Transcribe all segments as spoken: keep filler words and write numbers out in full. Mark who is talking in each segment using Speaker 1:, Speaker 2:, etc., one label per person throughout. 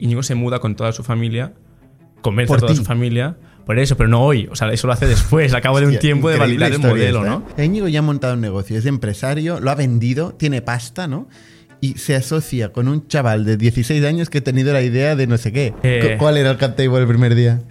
Speaker 1: Íñigo se muda con toda su familia, convence a toda ti. su familia... Por eso, pero no hoy. O sea, eso lo hace después, al cabo de un tiempo de validar el modelo, ¿no?
Speaker 2: ¿eh? Íñigo ya ha montado un negocio, es empresario, lo ha vendido, tiene pasta, ¿no? Y se asocia con un chaval de dieciséis años que ha tenido la idea de no sé qué. Eh, ¿Cuál era el cap table el primer día?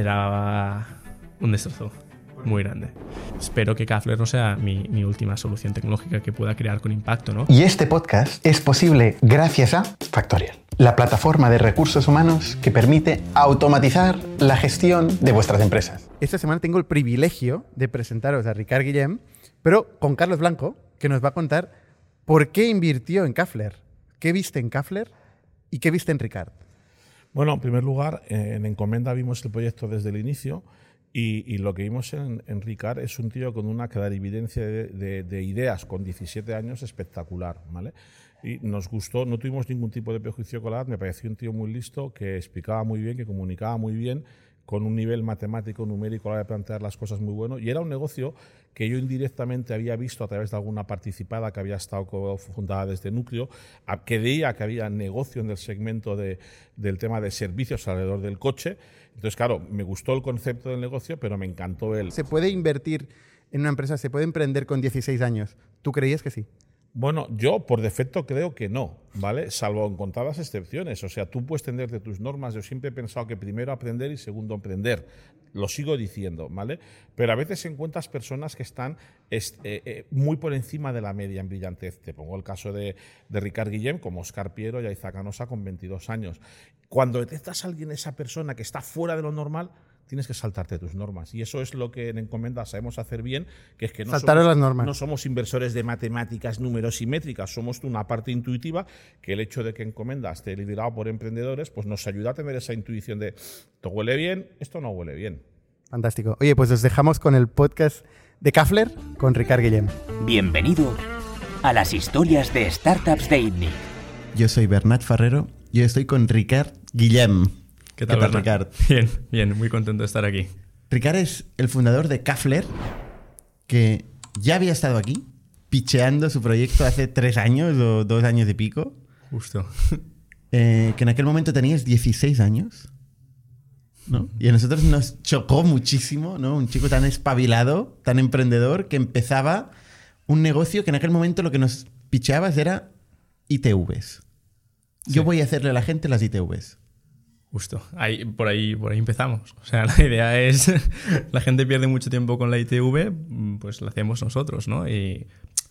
Speaker 1: Era un destrozo muy grande. Espero que Kafler no sea mi, mi última solución tecnológica que pueda crear con impacto, ¿no?
Speaker 3: Y este podcast es posible gracias a Factorial, la plataforma de recursos humanos que permite automatizar la gestión de vuestras empresas.
Speaker 2: Esta semana tengo el privilegio de presentaros a Ricard Guillem, pero con Carlos Blanco, que nos va a contar por qué invirtió en Kafler, qué viste en Kafler y qué viste en Ricard.
Speaker 4: Bueno, en primer lugar, en Encomenda vimos el proyecto desde el inicio y, y lo que vimos en, en Ricard es un tío con una clarividencia de, de, de ideas con diecisiete años espectacular, ¿vale? Y nos gustó, no tuvimos ningún tipo de prejuicio con la edad, me pareció un tío muy listo, que explicaba muy bien, que comunicaba muy bien, con un nivel matemático, numérico a la hora de plantear las cosas muy bueno. Y era un negocio que yo indirectamente había visto a través de alguna participada que había estado fundada desde Núcleo, que veía que había negocio en el segmento de, del tema de servicios alrededor del coche. Entonces, claro, me gustó el concepto del negocio, pero me encantó él.
Speaker 2: ¿Se puede invertir en una empresa, se puede emprender con dieciséis años? ¿Tú creías que sí?
Speaker 4: Bueno, yo por defecto creo que no, ¿vale? Salvo en contadas excepciones. O sea, tú puedes tener de tus normas. Yo siempre he pensado que primero aprender y segundo emprender. Lo sigo diciendo, ¿vale? Pero a veces encuentras personas que están est- eh, eh, muy por encima de la media en brillantez. Te pongo el caso de, de Ricard Guillem, como Óscar Piero y Aiza Canosa con veintidós años. Cuando detectas a alguien, esa persona que está fuera de lo normal, tienes que saltarte tus normas. Y eso es lo que en Encomenda sabemos hacer bien, que es que no, somos,
Speaker 2: las normas.
Speaker 4: no somos inversores de matemáticas, números y métricas, somos una parte intuitiva que el hecho de que Encomenda esté liderado por emprendedores pues nos ayuda a tener esa intuición de esto huele bien, esto no huele bien.
Speaker 2: Fantástico. Oye, pues os dejamos con el podcast de Kafler con Ricard Guillem.
Speaker 5: Bienvenido a las historias de Startups de I T N I C.
Speaker 2: Yo soy Bernat Ferrero y estoy con Ricard Guillem.
Speaker 1: ¿Qué tal,
Speaker 2: ¿Qué tal Ricard?
Speaker 1: Bien, bien, muy contento de estar aquí.
Speaker 2: Ricard es el fundador de Kafler, que ya había estado aquí, picheando su proyecto hace tres años o dos años y pico.
Speaker 1: Justo.
Speaker 2: Eh, que en aquel momento tenías dieciséis años, ¿no? Y a nosotros nos chocó muchísimo, ¿no? Un chico tan espabilado, tan emprendedor, que empezaba un negocio que en aquel momento lo que nos picheabas era I T Vs. Sí. Yo voy a hacerle a la gente las I T Vs.
Speaker 1: Justo, ahí, por, ahí, por ahí empezamos. O sea, la idea es, la gente pierde mucho tiempo con la I T V, pues la hacemos nosotros, ¿no? Y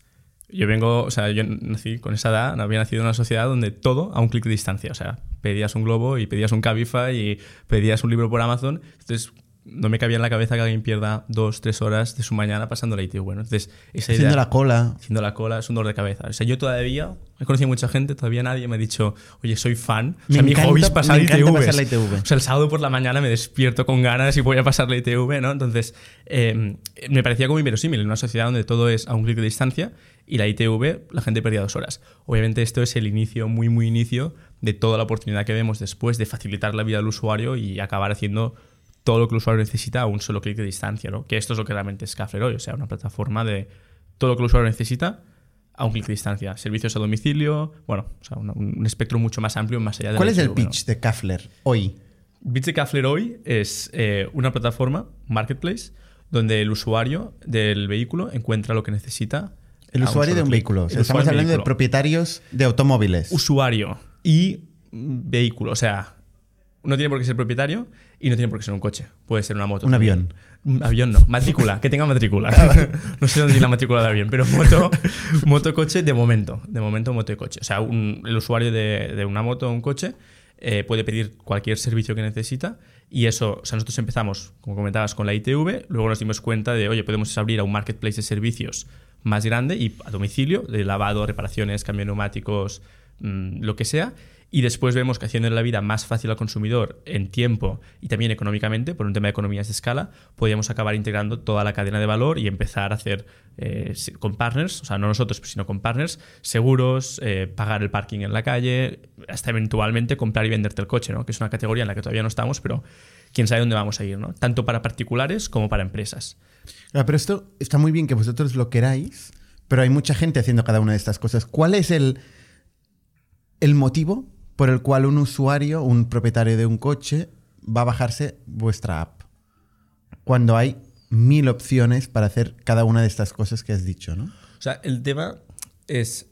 Speaker 1: yo vengo, o sea, yo nací con esa edad, había nacido en una sociedad donde todo a un clic de distancia. O sea, pedías un globo y pedías un Cabify y pedías un libro por Amazon. Entonces, no me cabía en la cabeza que alguien pierda dos, tres horas de su mañana pasando la I T V. Entonces, esa idea,
Speaker 2: haciendo la cola.
Speaker 1: Haciendo la cola es un dolor de cabeza. O sea, yo todavía he conocido a mucha gente, todavía nadie me ha dicho, oye, soy fan. O sea,
Speaker 2: me
Speaker 1: mi
Speaker 2: encanta,
Speaker 1: hobby es pasar
Speaker 2: me
Speaker 1: I T Vs.
Speaker 2: pasar la I T V.
Speaker 1: O sea, el sábado por la mañana me despierto con ganas y voy a pasar la I T V, ¿no? Entonces, eh, me parecía como inverosímil en una sociedad donde todo es a un clic de distancia y la I T V, la gente perdía dos horas. Obviamente esto es el inicio, muy, muy inicio de toda la oportunidad que vemos después de facilitar la vida del usuario y acabar haciendo todo lo que el usuario necesita a un solo clic de distancia, ¿no? Que esto es lo que realmente es Kafler hoy, o sea, una plataforma de todo lo que el usuario necesita a un clic de distancia. Servicios a domicilio, bueno, o sea, un, un espectro mucho más amplio más allá de
Speaker 2: ¿Cuál
Speaker 1: la
Speaker 2: es
Speaker 1: I T V,
Speaker 2: el pitch, ¿no?, de Kafler hoy?
Speaker 1: El pitch de Kafler hoy es eh, una plataforma, marketplace, donde el usuario del vehículo encuentra lo que necesita.
Speaker 2: El usuario de un vehículo. O sea, estamos hablando de propietarios de automóviles.
Speaker 1: Usuario y vehículo, o sea, no tiene por qué ser propietario y no tiene por qué ser un coche. Puede ser una moto.
Speaker 2: Un
Speaker 1: también.
Speaker 2: avión.
Speaker 1: Un avión no. Matrícula. Que tenga matrícula. No sé dónde es la matrícula de avión, pero moto, moto coche de momento. De momento moto y coche. O sea, un, el usuario de, de una moto o un coche eh, puede pedir cualquier servicio que necesita y eso, o sea, nosotros empezamos, como comentabas, con la I T V, luego nos dimos cuenta de, oye, podemos abrir a un marketplace de servicios más grande y a domicilio, de lavado, reparaciones, cambio de neumáticos, mmm, lo que sea. Y después vemos que haciendo la vida más fácil al consumidor en tiempo y también económicamente, por un tema de economías de escala, podíamos acabar integrando toda la cadena de valor y empezar a hacer eh, con partners, o sea, no nosotros, sino con partners, seguros, eh, pagar el parking en la calle, hasta eventualmente comprar y venderte el coche, ¿no? Que es una categoría en la que todavía no estamos, pero quién sabe dónde vamos a ir, ¿no? Tanto para particulares como para empresas.
Speaker 2: Claro, pero esto está muy bien que vosotros lo queráis, pero hay mucha gente haciendo cada una de estas cosas. ¿Cuál es el, el motivo por el cual un usuario, un propietario de un coche, va a bajarse vuestra app. Cuando hay mil opciones para hacer cada una de estas cosas que has dicho, ¿no?
Speaker 1: O sea, el tema es...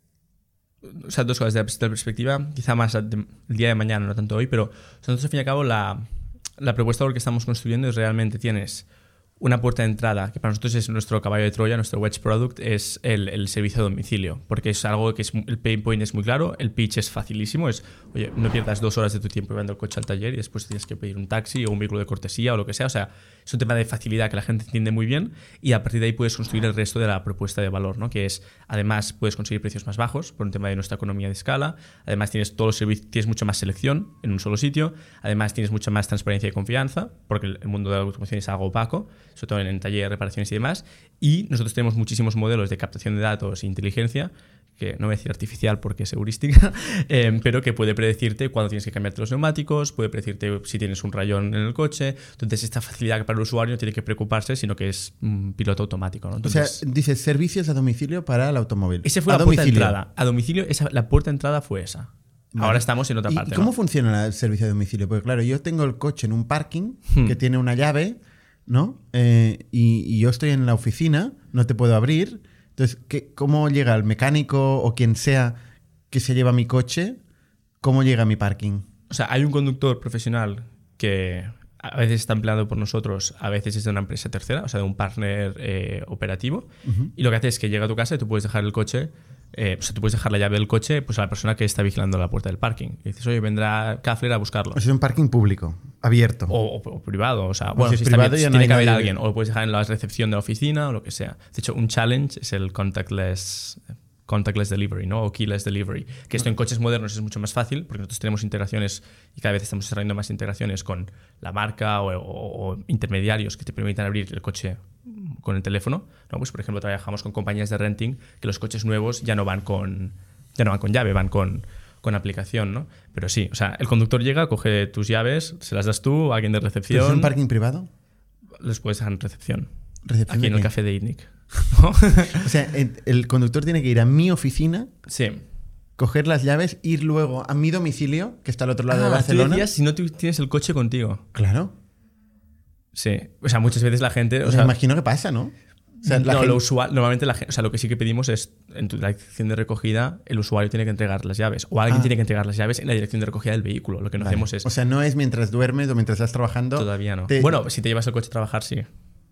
Speaker 1: O sea, dos cosas. Desde la perspectiva, quizá más el día de mañana, no tanto hoy, pero o sea, nosotros, al fin y al cabo, la, la propuesta de lo que estamos construyendo es realmente tienes una puerta de entrada, que para nosotros es nuestro caballo de Troya, nuestro wedge product, es el, el servicio a domicilio, porque es algo que es, el pain point es muy claro, el pitch es facilísimo, es, oye, no pierdas dos horas de tu tiempo llevando el coche al taller y después tienes que pedir un taxi o un vehículo de cortesía o lo que sea, o sea, es un tema de facilidad que la gente entiende muy bien y a partir de ahí puedes construir el resto de la propuesta de valor, ¿no? Que es, además, puedes conseguir precios más bajos por un tema de nuestra economía de escala, además tienes todos los servicios, tienes mucha más selección en un solo sitio, además tienes mucha más transparencia y confianza, porque el mundo de la automoción es algo opaco, sobre todo en el taller, reparaciones y demás, y nosotros tenemos muchísimos modelos de captación de datos e inteligencia, que no voy a decir artificial porque es heurística, eh, pero que puede predecirte cuándo tienes que cambiarte los neumáticos, puede predecirte si tienes un rayón en el coche, entonces esta facilidad que para el usuario no tiene que preocuparse, sino que es un piloto automático, ¿no? Entonces,
Speaker 2: o sea, dices servicios a domicilio para el automóvil.
Speaker 1: Esa fue
Speaker 2: a
Speaker 1: la
Speaker 2: domicilio.
Speaker 1: puerta de entrada. A domicilio, esa, la puerta de entrada fue esa. Vale. Ahora estamos en otra
Speaker 2: ¿Y
Speaker 1: parte.
Speaker 2: cómo
Speaker 1: ¿no?
Speaker 2: funciona el servicio a domicilio? Porque claro, yo tengo el coche en un parking
Speaker 1: Hmm.
Speaker 2: que tiene una llave, ¿no? Eh, y, y yo estoy en la oficina, no te puedo abrir. Entonces, ¿qué, ¿cómo llega el mecánico o quien sea que se lleva mi coche? ¿Cómo llega a mi parking?
Speaker 1: O sea, hay un conductor profesional que a veces está empleado por nosotros, a veces es de una empresa tercera, o sea, de un partner eh, operativo. Uh-huh. Y lo que hace es que llega a tu casa y tú puedes dejar el coche, eh, o sea, tú puedes dejar la llave del coche pues, a la persona que está vigilando la puerta del parking. Y dices, oye, vendrá Kafler a buscarlo.
Speaker 2: Es un parking público, abierto.
Speaker 1: O, o, o privado, o sea,
Speaker 2: o
Speaker 1: bueno,
Speaker 2: si
Speaker 1: si
Speaker 2: es
Speaker 1: está
Speaker 2: privado
Speaker 1: bien,
Speaker 2: ya no
Speaker 1: tiene
Speaker 2: hay
Speaker 1: que haber
Speaker 2: nadie.
Speaker 1: alguien, o lo puedes dejar en la recepción de la oficina o lo que sea. De hecho, un challenge es el contactless... contactless delivery, ¿no? O keyless delivery. Que esto en coches modernos es mucho más fácil porque nosotros tenemos integraciones y cada vez estamos desarrollando más integraciones con la marca o, o, o intermediarios que te permitan abrir el coche con el teléfono, ¿no? Pues por ejemplo trabajamos con compañías de renting que los coches nuevos ya no van con ya no van con llave, van con, con aplicación, ¿no? Pero sí, o sea, el conductor llega, coge tus llaves, se las das tú a alguien de recepción.
Speaker 2: ¿Es un parking privado?
Speaker 1: Les puedes dejar en recepción.
Speaker 2: ¿Recepción
Speaker 1: Aquí
Speaker 2: de
Speaker 1: en el
Speaker 2: qué?
Speaker 1: café de ITNIC.
Speaker 2: O sea, el, el conductor tiene que ir a mi oficina,
Speaker 1: Sí.
Speaker 2: coger las llaves, ir luego a mi domicilio, que está al otro lado de
Speaker 1: Ah, tú
Speaker 2: Barcelona.
Speaker 1: decías si no tú tienes el coche contigo.
Speaker 2: Claro.
Speaker 1: Sí. O sea, muchas veces la gente...
Speaker 2: O
Speaker 1: O
Speaker 2: sea,
Speaker 1: sea,
Speaker 2: imagino que pasa, ¿no? O sea, la
Speaker 1: no,
Speaker 2: gente-
Speaker 1: lo usual, normalmente la gente, o sea, lo que sí que pedimos es en tu dirección de recogida el usuario tiene que entregar las llaves o alguien
Speaker 2: Ah.
Speaker 1: tiene que entregar las llaves en la dirección de recogida del vehículo. Lo que no
Speaker 2: Vale.
Speaker 1: hacemos es
Speaker 2: O sea, no es mientras duermes o mientras estás trabajando.
Speaker 1: todavía no.
Speaker 2: te-
Speaker 1: Bueno, si te llevas el coche a trabajar sí,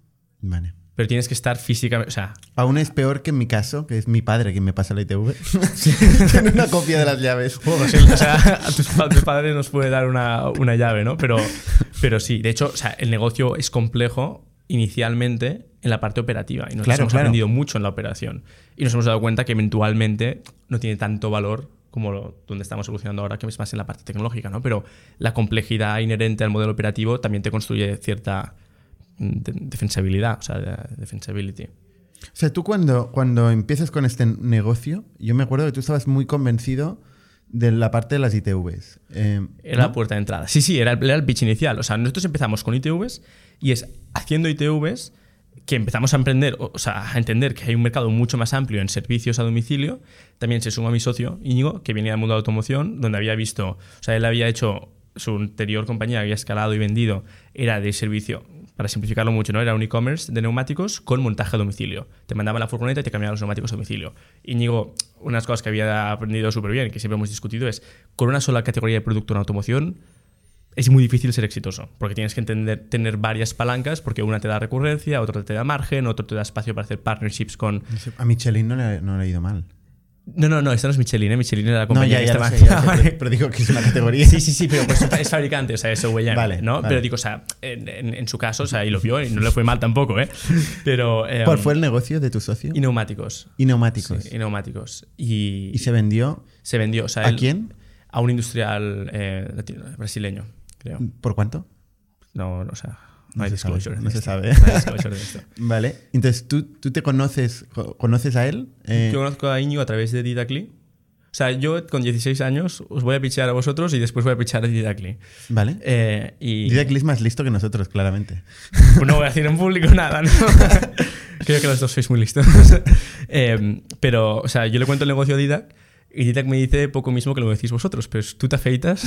Speaker 2: Vale.
Speaker 1: pero tienes que estar físicamente, o sea,
Speaker 2: Aún es peor que en mi caso, que es mi padre quien me pasa la I T V. Tiene una copia de las llaves.
Speaker 1: o sea, o sea, a, tus, a tus padres nos puede dar una, una llave, ¿no? Pero, pero sí, de hecho, o sea, el negocio es complejo inicialmente en la parte operativa y nosotros
Speaker 2: Claro,
Speaker 1: hemos
Speaker 2: claro.
Speaker 1: aprendido mucho en la operación y nos hemos dado cuenta que eventualmente no tiene tanto valor como lo, donde estamos solucionando ahora, que es más en la parte tecnológica, ¿no? Pero la complejidad inherente al modelo operativo también te construye cierta de- defensabilidad, o sea, de- defensibility.
Speaker 2: O sea, tú cuando, cuando empiezas con este negocio, yo me acuerdo que tú estabas muy convencido de la parte de las I T Vs. Eh,
Speaker 1: Era
Speaker 2: ¿no?
Speaker 1: la puerta de entrada. Sí, sí, era el, era el pitch inicial. O sea, nosotros empezamos con I T Vs y es haciendo I T Vs que empezamos a emprender, o sea, a entender que hay un mercado mucho más amplio en servicios a domicilio. También se suma mi socio, Íñigo, que venía del mundo de la automoción, donde había visto, o sea, él había hecho, su anterior compañía había escalado y vendido, era de servicio, para simplificarlo mucho, ¿no? Era un e-commerce de neumáticos con montaje a domicilio. Te mandaban la furgoneta y te cambiaban los neumáticos a domicilio. Íñigo, unas cosas que había aprendido súper bien, que siempre hemos discutido, es con una sola categoría de producto en automoción es muy difícil ser exitoso, porque tienes que entender, tener varias palancas, porque una te da recurrencia, otra te da margen, otro te da espacio para hacer partnerships con...
Speaker 2: A Michelin no le, no le ha ido mal.
Speaker 1: No, no, no, esta no es Michelin, ¿eh? Michelin era la
Speaker 2: No,
Speaker 1: compañía
Speaker 2: ya,
Speaker 1: que
Speaker 2: ya lo
Speaker 1: estaba...
Speaker 2: sé, ya lo sé, pero, pero digo que es una categoría.
Speaker 1: Sí, sí, sí, pero pues es fabricante, o sea, eso huella,
Speaker 2: Vale,
Speaker 1: ¿no?
Speaker 2: vale.
Speaker 1: Pero digo, o sea, en, en- en su caso, o sea, y lo vio y no le fue mal tampoco, ¿eh? Pero... eh,
Speaker 2: ¿Cuál fue el negocio de tu socio?
Speaker 1: Y neumáticos.
Speaker 2: Y neumáticos.
Speaker 1: Sí, y neumáticos. Y,
Speaker 2: ¿Y se vendió
Speaker 1: se vendió, o sea...
Speaker 2: a
Speaker 1: él-
Speaker 2: quién?
Speaker 1: A un industrial eh, latino- brasileño, creo.
Speaker 2: ¿Por cuánto?
Speaker 1: No, no, o sea, no,
Speaker 2: No
Speaker 1: hay
Speaker 2: se sabe,
Speaker 1: disclosure. de
Speaker 2: no se
Speaker 1: esto.
Speaker 2: sabe.
Speaker 1: No hay disclosure de esto.
Speaker 2: Vale. Entonces, ¿tú, tú te conoces, co- conoces a él? Eh,
Speaker 1: Yo conozco a Íñigo a través de Didacly. O sea, yo con dieciséis años os voy a pichear a vosotros y después voy a pichear a Didacly.
Speaker 2: Vale.
Speaker 1: Eh, y
Speaker 2: Didacly es más listo que nosotros, claramente.
Speaker 1: pues no voy a decir en público nada, ¿no? Creo que los dos sois muy listos. Eh, pero, o sea, yo le cuento el negocio a Didac Y Didac me dice poco mismo que lo decís vosotros, pero tú te afeitas.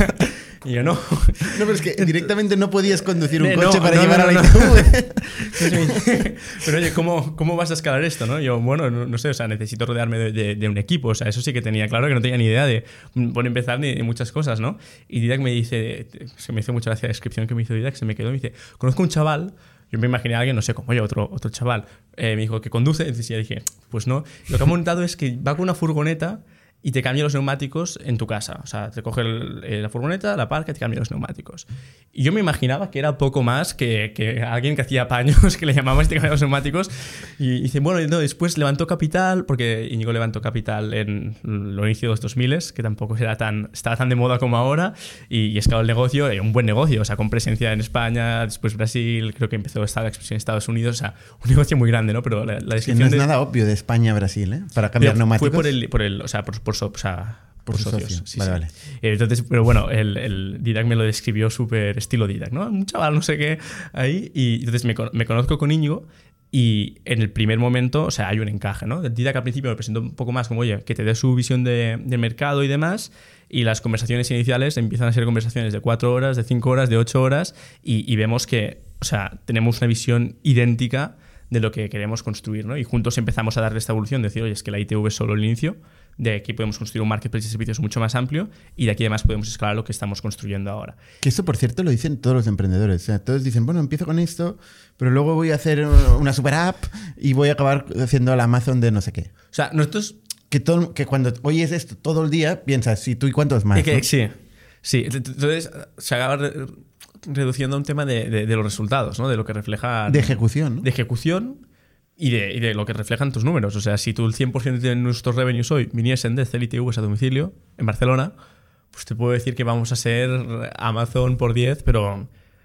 Speaker 1: Y yo no.
Speaker 2: No, pero es que directamente no podías conducir un
Speaker 1: Eh,
Speaker 2: coche
Speaker 1: no,
Speaker 2: para
Speaker 1: no,
Speaker 2: llevar
Speaker 1: no,
Speaker 2: a la
Speaker 1: no,
Speaker 2: I T V.
Speaker 1: Entonces, pero oye, ¿cómo, ¿cómo vas a escalar esto? ¿no? Yo, bueno, no, no sé, o sea, necesito rodearme de, de, de un equipo. O sea, eso sí que tenía claro, que no tenía ni idea de, por empezar, ni de muchas cosas, ¿no? Y Didac me dice, se me hizo mucha gracia la descripción que me hizo Didac, se me quedó, me dice, conozco un chaval. Yo me imaginé a alguien, no sé, como yo, otro, otro chaval. Eh, me dijo que conduce, entonces ya dije, pues no. Lo que ha montado es que va con una furgoneta y te cambia los neumáticos en tu casa. O sea, te coge el, el, la furgoneta, la parca y te cambia los neumáticos. Y yo me imaginaba que era poco más que, que alguien que hacía paños, que le llamamos y te cambiaba los neumáticos. Y dice, bueno, no, después levantó capital, porque Íñigo levantó capital en los inicios de los dos mil, que tampoco era tan, estaba tan de moda como ahora, y, y escaló el negocio, era un buen negocio, o sea, con presencia en España, después Brasil, creo que empezó a estar la expresión en Estados Unidos, o sea, un negocio muy grande, ¿no? Pero la, la descripción
Speaker 2: que no es
Speaker 1: de,
Speaker 2: nada obvio de España a Brasil, ¿eh? Para cambiar
Speaker 1: pero
Speaker 2: neumáticos.
Speaker 1: Fue por el, por el o sea, por, por, o sea, por,
Speaker 2: por
Speaker 1: socios.
Speaker 2: socio.
Speaker 1: Sí,
Speaker 2: vale,
Speaker 1: sí.
Speaker 2: vale.
Speaker 1: Entonces, pero bueno, el, el Didac me lo describió súper estilo Didac, ¿no? Un chaval, no sé qué, ahí. Y entonces me, me conozco con Íñigo y en el primer momento, o sea, hay un encaje, ¿no? El Didac al principio me presentó un poco más como, oye, que te dé su visión de, de mercado y demás. Y las conversaciones iniciales empiezan a ser conversaciones de cuatro horas, de cinco horas, de ocho horas. Y, y vemos que, o sea, tenemos una visión idéntica de lo que queremos construir, ¿no? Y juntos empezamos a darle esta evolución, de decir, oye, es que la I T V es solo el inicio, de aquí podemos construir un marketplace de servicios mucho más amplio y de aquí además podemos escalar lo que estamos construyendo ahora.
Speaker 2: Que esto, por cierto, lo dicen todos los emprendedores. O sea, todos dicen, bueno, empiezo con esto, pero luego voy a hacer una super app y voy a acabar haciendo la Amazon de no sé qué.
Speaker 1: O sea, nosotros...
Speaker 2: Que, todo, que cuando oyes esto todo el día, piensas, sí, tú y cuántos más,
Speaker 1: que,
Speaker 2: ¿no?
Speaker 1: Sí, sí. Entonces se acaba re reduciendo a un tema de, de, de los resultados, ¿no? De lo que refleja...
Speaker 2: De ejecución, ¿no?
Speaker 1: De ejecución y de, y de lo que reflejan tus números. O sea, si tú el cien por ciento de nuestros revenues hoy viniesen de hacer I T Vs a domicilio en Barcelona, pues te puedo decir que vamos a ser Amazon por diez, pero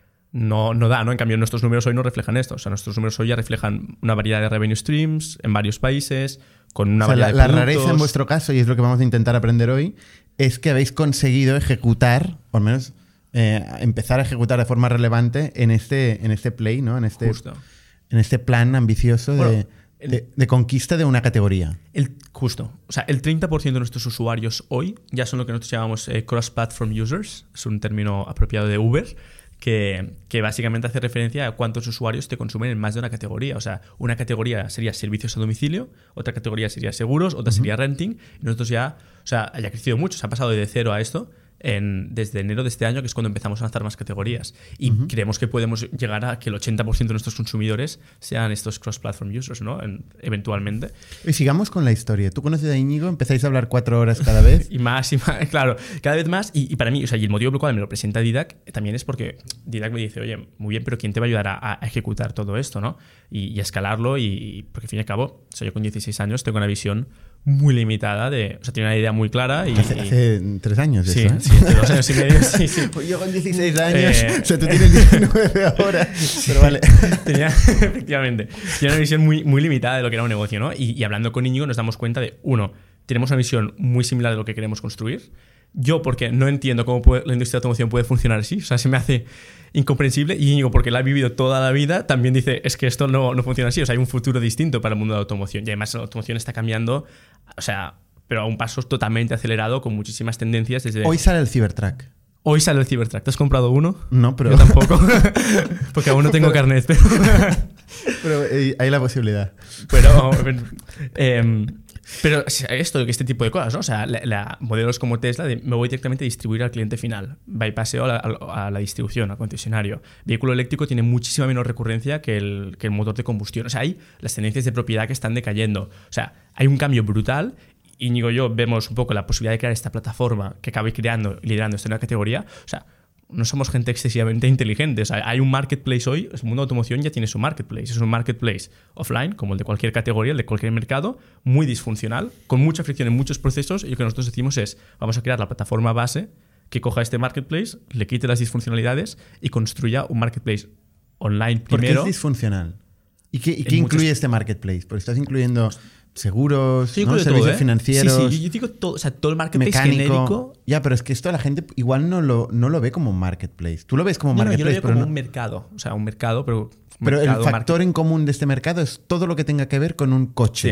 Speaker 1: no, no da, ¿no? En cambio, nuestros números hoy no reflejan esto. O sea, nuestros números hoy ya reflejan una variedad de revenue streams en varios países, con una
Speaker 2: o sea,
Speaker 1: variedad
Speaker 2: la,
Speaker 1: de
Speaker 2: la
Speaker 1: productos.
Speaker 2: rareza en vuestro caso, y es lo que vamos a intentar aprender hoy, es que habéis conseguido ejecutar, o al menos eh, empezar a ejecutar de forma relevante en este, en este play, ¿no? En este,
Speaker 1: Justo.
Speaker 2: en este plan ambicioso de,
Speaker 1: Bueno, el,
Speaker 2: de, de conquista de una categoría.
Speaker 1: El, justo. O sea, el treinta por ciento de nuestros usuarios hoy ya son lo que nosotros llamamos eh, cross-platform users. Es un término apropiado de Uber. Que, que básicamente hace referencia a cuántos usuarios te consumen en más de una categoría. O sea, una categoría sería servicios a domicilio, otra categoría sería seguros, otra uh-huh. sería renting. Y nosotros ya, o sea, haya crecido mucho, se ha pasado de cero a esto en, desde enero de este año, que es cuando empezamos a lanzar más categorías. Y uh-huh. creemos que podemos llegar a que el ochenta por ciento de nuestros consumidores sean estos cross-platform users, ¿no? En, eventualmente.
Speaker 2: Y sigamos con la historia. Tú conoces a Íñigo, empezáis a hablar cuatro horas cada vez.
Speaker 1: y más, y más, claro, cada vez más. Y, y para mí, o sea, y el motivo por el cual me lo presenta Didac también es porque Didac me dice, oye, muy bien, pero ¿quién te va a ayudar a, a ejecutar todo esto, ¿no? Y, y a escalarlo, y, y porque al fin y al cabo, o sea, yo con dieciséis años tengo una visión muy limitada de, o sea, tengo una idea muy clara. Y,
Speaker 2: hace, hace tres años de
Speaker 1: sí,
Speaker 2: eso, ¿eh?
Speaker 1: Sí, hace dos años y medio, sí, sí.
Speaker 2: Pues yo con dieciséis años,
Speaker 1: Eh,
Speaker 2: o sea, tú tienes diecinueve ahora, pero vale.
Speaker 1: Tenía, efectivamente, tenía una visión muy, muy limitada de lo que era un negocio, ¿no? Y, y hablando con Íñigo nos damos cuenta de, uno, tenemos una visión muy similar de lo que queremos construir. Yo, porque no entiendo cómo puede, la industria de automoción puede funcionar así, o sea, se me hace incomprensible. Y Íñigo, porque la ha vivido toda la vida, también dice, es que esto no, no funciona así, o sea, hay un futuro distinto para el mundo de la automoción. Y además la automoción está cambiando, o sea, pero a un paso totalmente acelerado, con muchísimas tendencias desde...
Speaker 2: Hoy sale el Cybertruck.
Speaker 1: Hoy sale el Cybertruck. ¿Te has comprado uno?
Speaker 2: No, pero...
Speaker 1: Yo tampoco, porque aún no tengo carnet, pero...
Speaker 2: pero eh, hay la posibilidad.
Speaker 1: Pero... Eh, Pero esto, este tipo de cosas, ¿no? O sea, la, la, modelos como Tesla, de, me voy directamente a distribuir al cliente final. Bypasseo a la, a la distribución, al concesionario. Vehículo eléctrico tiene muchísima menos recurrencia que el, que el motor de combustión. O sea, hay las tendencias de propiedad que están decayendo. O sea, hay un cambio brutal. Íñigo y yo vemos un poco la posibilidad de crear esta plataforma que acabe creando y liderando esta nueva categoría. O sea, no somos gente excesivamente inteligente. O sea, hay un marketplace hoy, el mundo de automoción ya tiene su marketplace. Es un marketplace offline, como el de cualquier categoría, el de cualquier mercado, muy disfuncional, con mucha fricción en muchos procesos, y lo que nosotros decimos es, vamos a crear la plataforma base que coja este marketplace, le quite las disfuncionalidades y construya un marketplace online primero.
Speaker 2: ¿Por qué es disfuncional? ¿Y qué, y qué incluye muchos... este marketplace? Porque estás incluyendo... seguros,
Speaker 1: sí,
Speaker 2: ¿no? Servicios
Speaker 1: todo, ¿eh?
Speaker 2: financieros.
Speaker 1: Sí, sí, yo digo todo, o sea, todo el marketplace
Speaker 2: mecánico.
Speaker 1: genérico.
Speaker 2: Ya, pero es que esto la gente igual no lo, no lo ve como marketplace. Tú lo ves como
Speaker 1: no,
Speaker 2: marketplace,
Speaker 1: no, yo lo veo
Speaker 2: pero
Speaker 1: como
Speaker 2: no.
Speaker 1: un mercado. O sea, un mercado, pero. Un
Speaker 2: pero
Speaker 1: mercado,
Speaker 2: el factor
Speaker 1: market...
Speaker 2: en común de este mercado es todo lo que tenga que ver con un coche.
Speaker 1: Sí.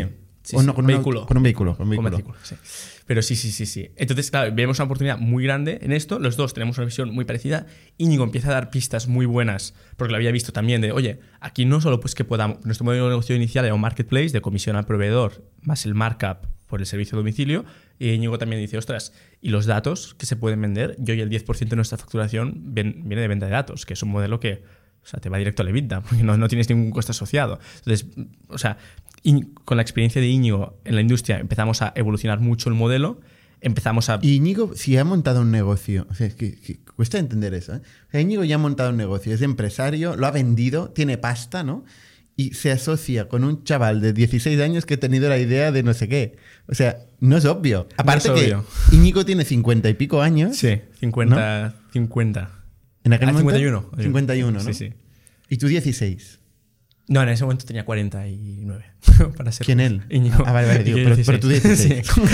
Speaker 1: Sí,
Speaker 2: o
Speaker 1: sí,
Speaker 2: no, con,
Speaker 1: vehículo.
Speaker 2: Un, con un vehículo. Con un
Speaker 1: Con
Speaker 2: vehículo.
Speaker 1: vehículo, sí. Pero sí, sí, sí, sí. Entonces, claro, vemos una oportunidad muy grande en esto. Los dos tenemos una visión muy parecida. Íñigo empieza a dar pistas muy buenas, porque lo había visto también de, oye, aquí no solo pues que podamos, nuestro modelo de negocio inicial era un marketplace de comisión al proveedor más el markup por el servicio a domicilio. Y Íñigo también dice, ostras, y los datos que se pueden vender, yo y el diez por ciento de nuestra facturación ven, viene de venta de datos, que es un modelo que, o sea, te va directo al EBITDA, porque no, no tienes ningún coste asociado. Entonces, o sea, y con la experiencia de Íñigo en la industria empezamos a evolucionar mucho el modelo, empezamos a...
Speaker 2: Y Íñigo, si ha montado un negocio, o sea, es que, que cuesta entender eso, ¿eh? O sea, Íñigo ya ha montado un negocio, es empresario, lo ha vendido, tiene pasta, ¿no? Y se asocia con un chaval de dieciséis años que ha tenido la idea de no sé qué. O sea, no es obvio. Aparte
Speaker 1: no es
Speaker 2: que
Speaker 1: obvio.
Speaker 2: Íñigo tiene cincuenta y pico años.
Speaker 1: Sí, cincuenta. ¿No? cincuenta.
Speaker 2: ¿En aquel
Speaker 1: ah,
Speaker 2: momento?
Speaker 1: cincuenta y uno.
Speaker 2: cincuenta y uno, ¿no?
Speaker 1: Sí, sí.
Speaker 2: ¿Y tú dieciséis?
Speaker 1: No, en ese momento tenía cuarenta y nueve. Para ser
Speaker 2: ¿Quién él?
Speaker 1: Íñigo.
Speaker 2: Ah, vale, vale. Digo, pero, pero tú dieciséis.
Speaker 1: Sí.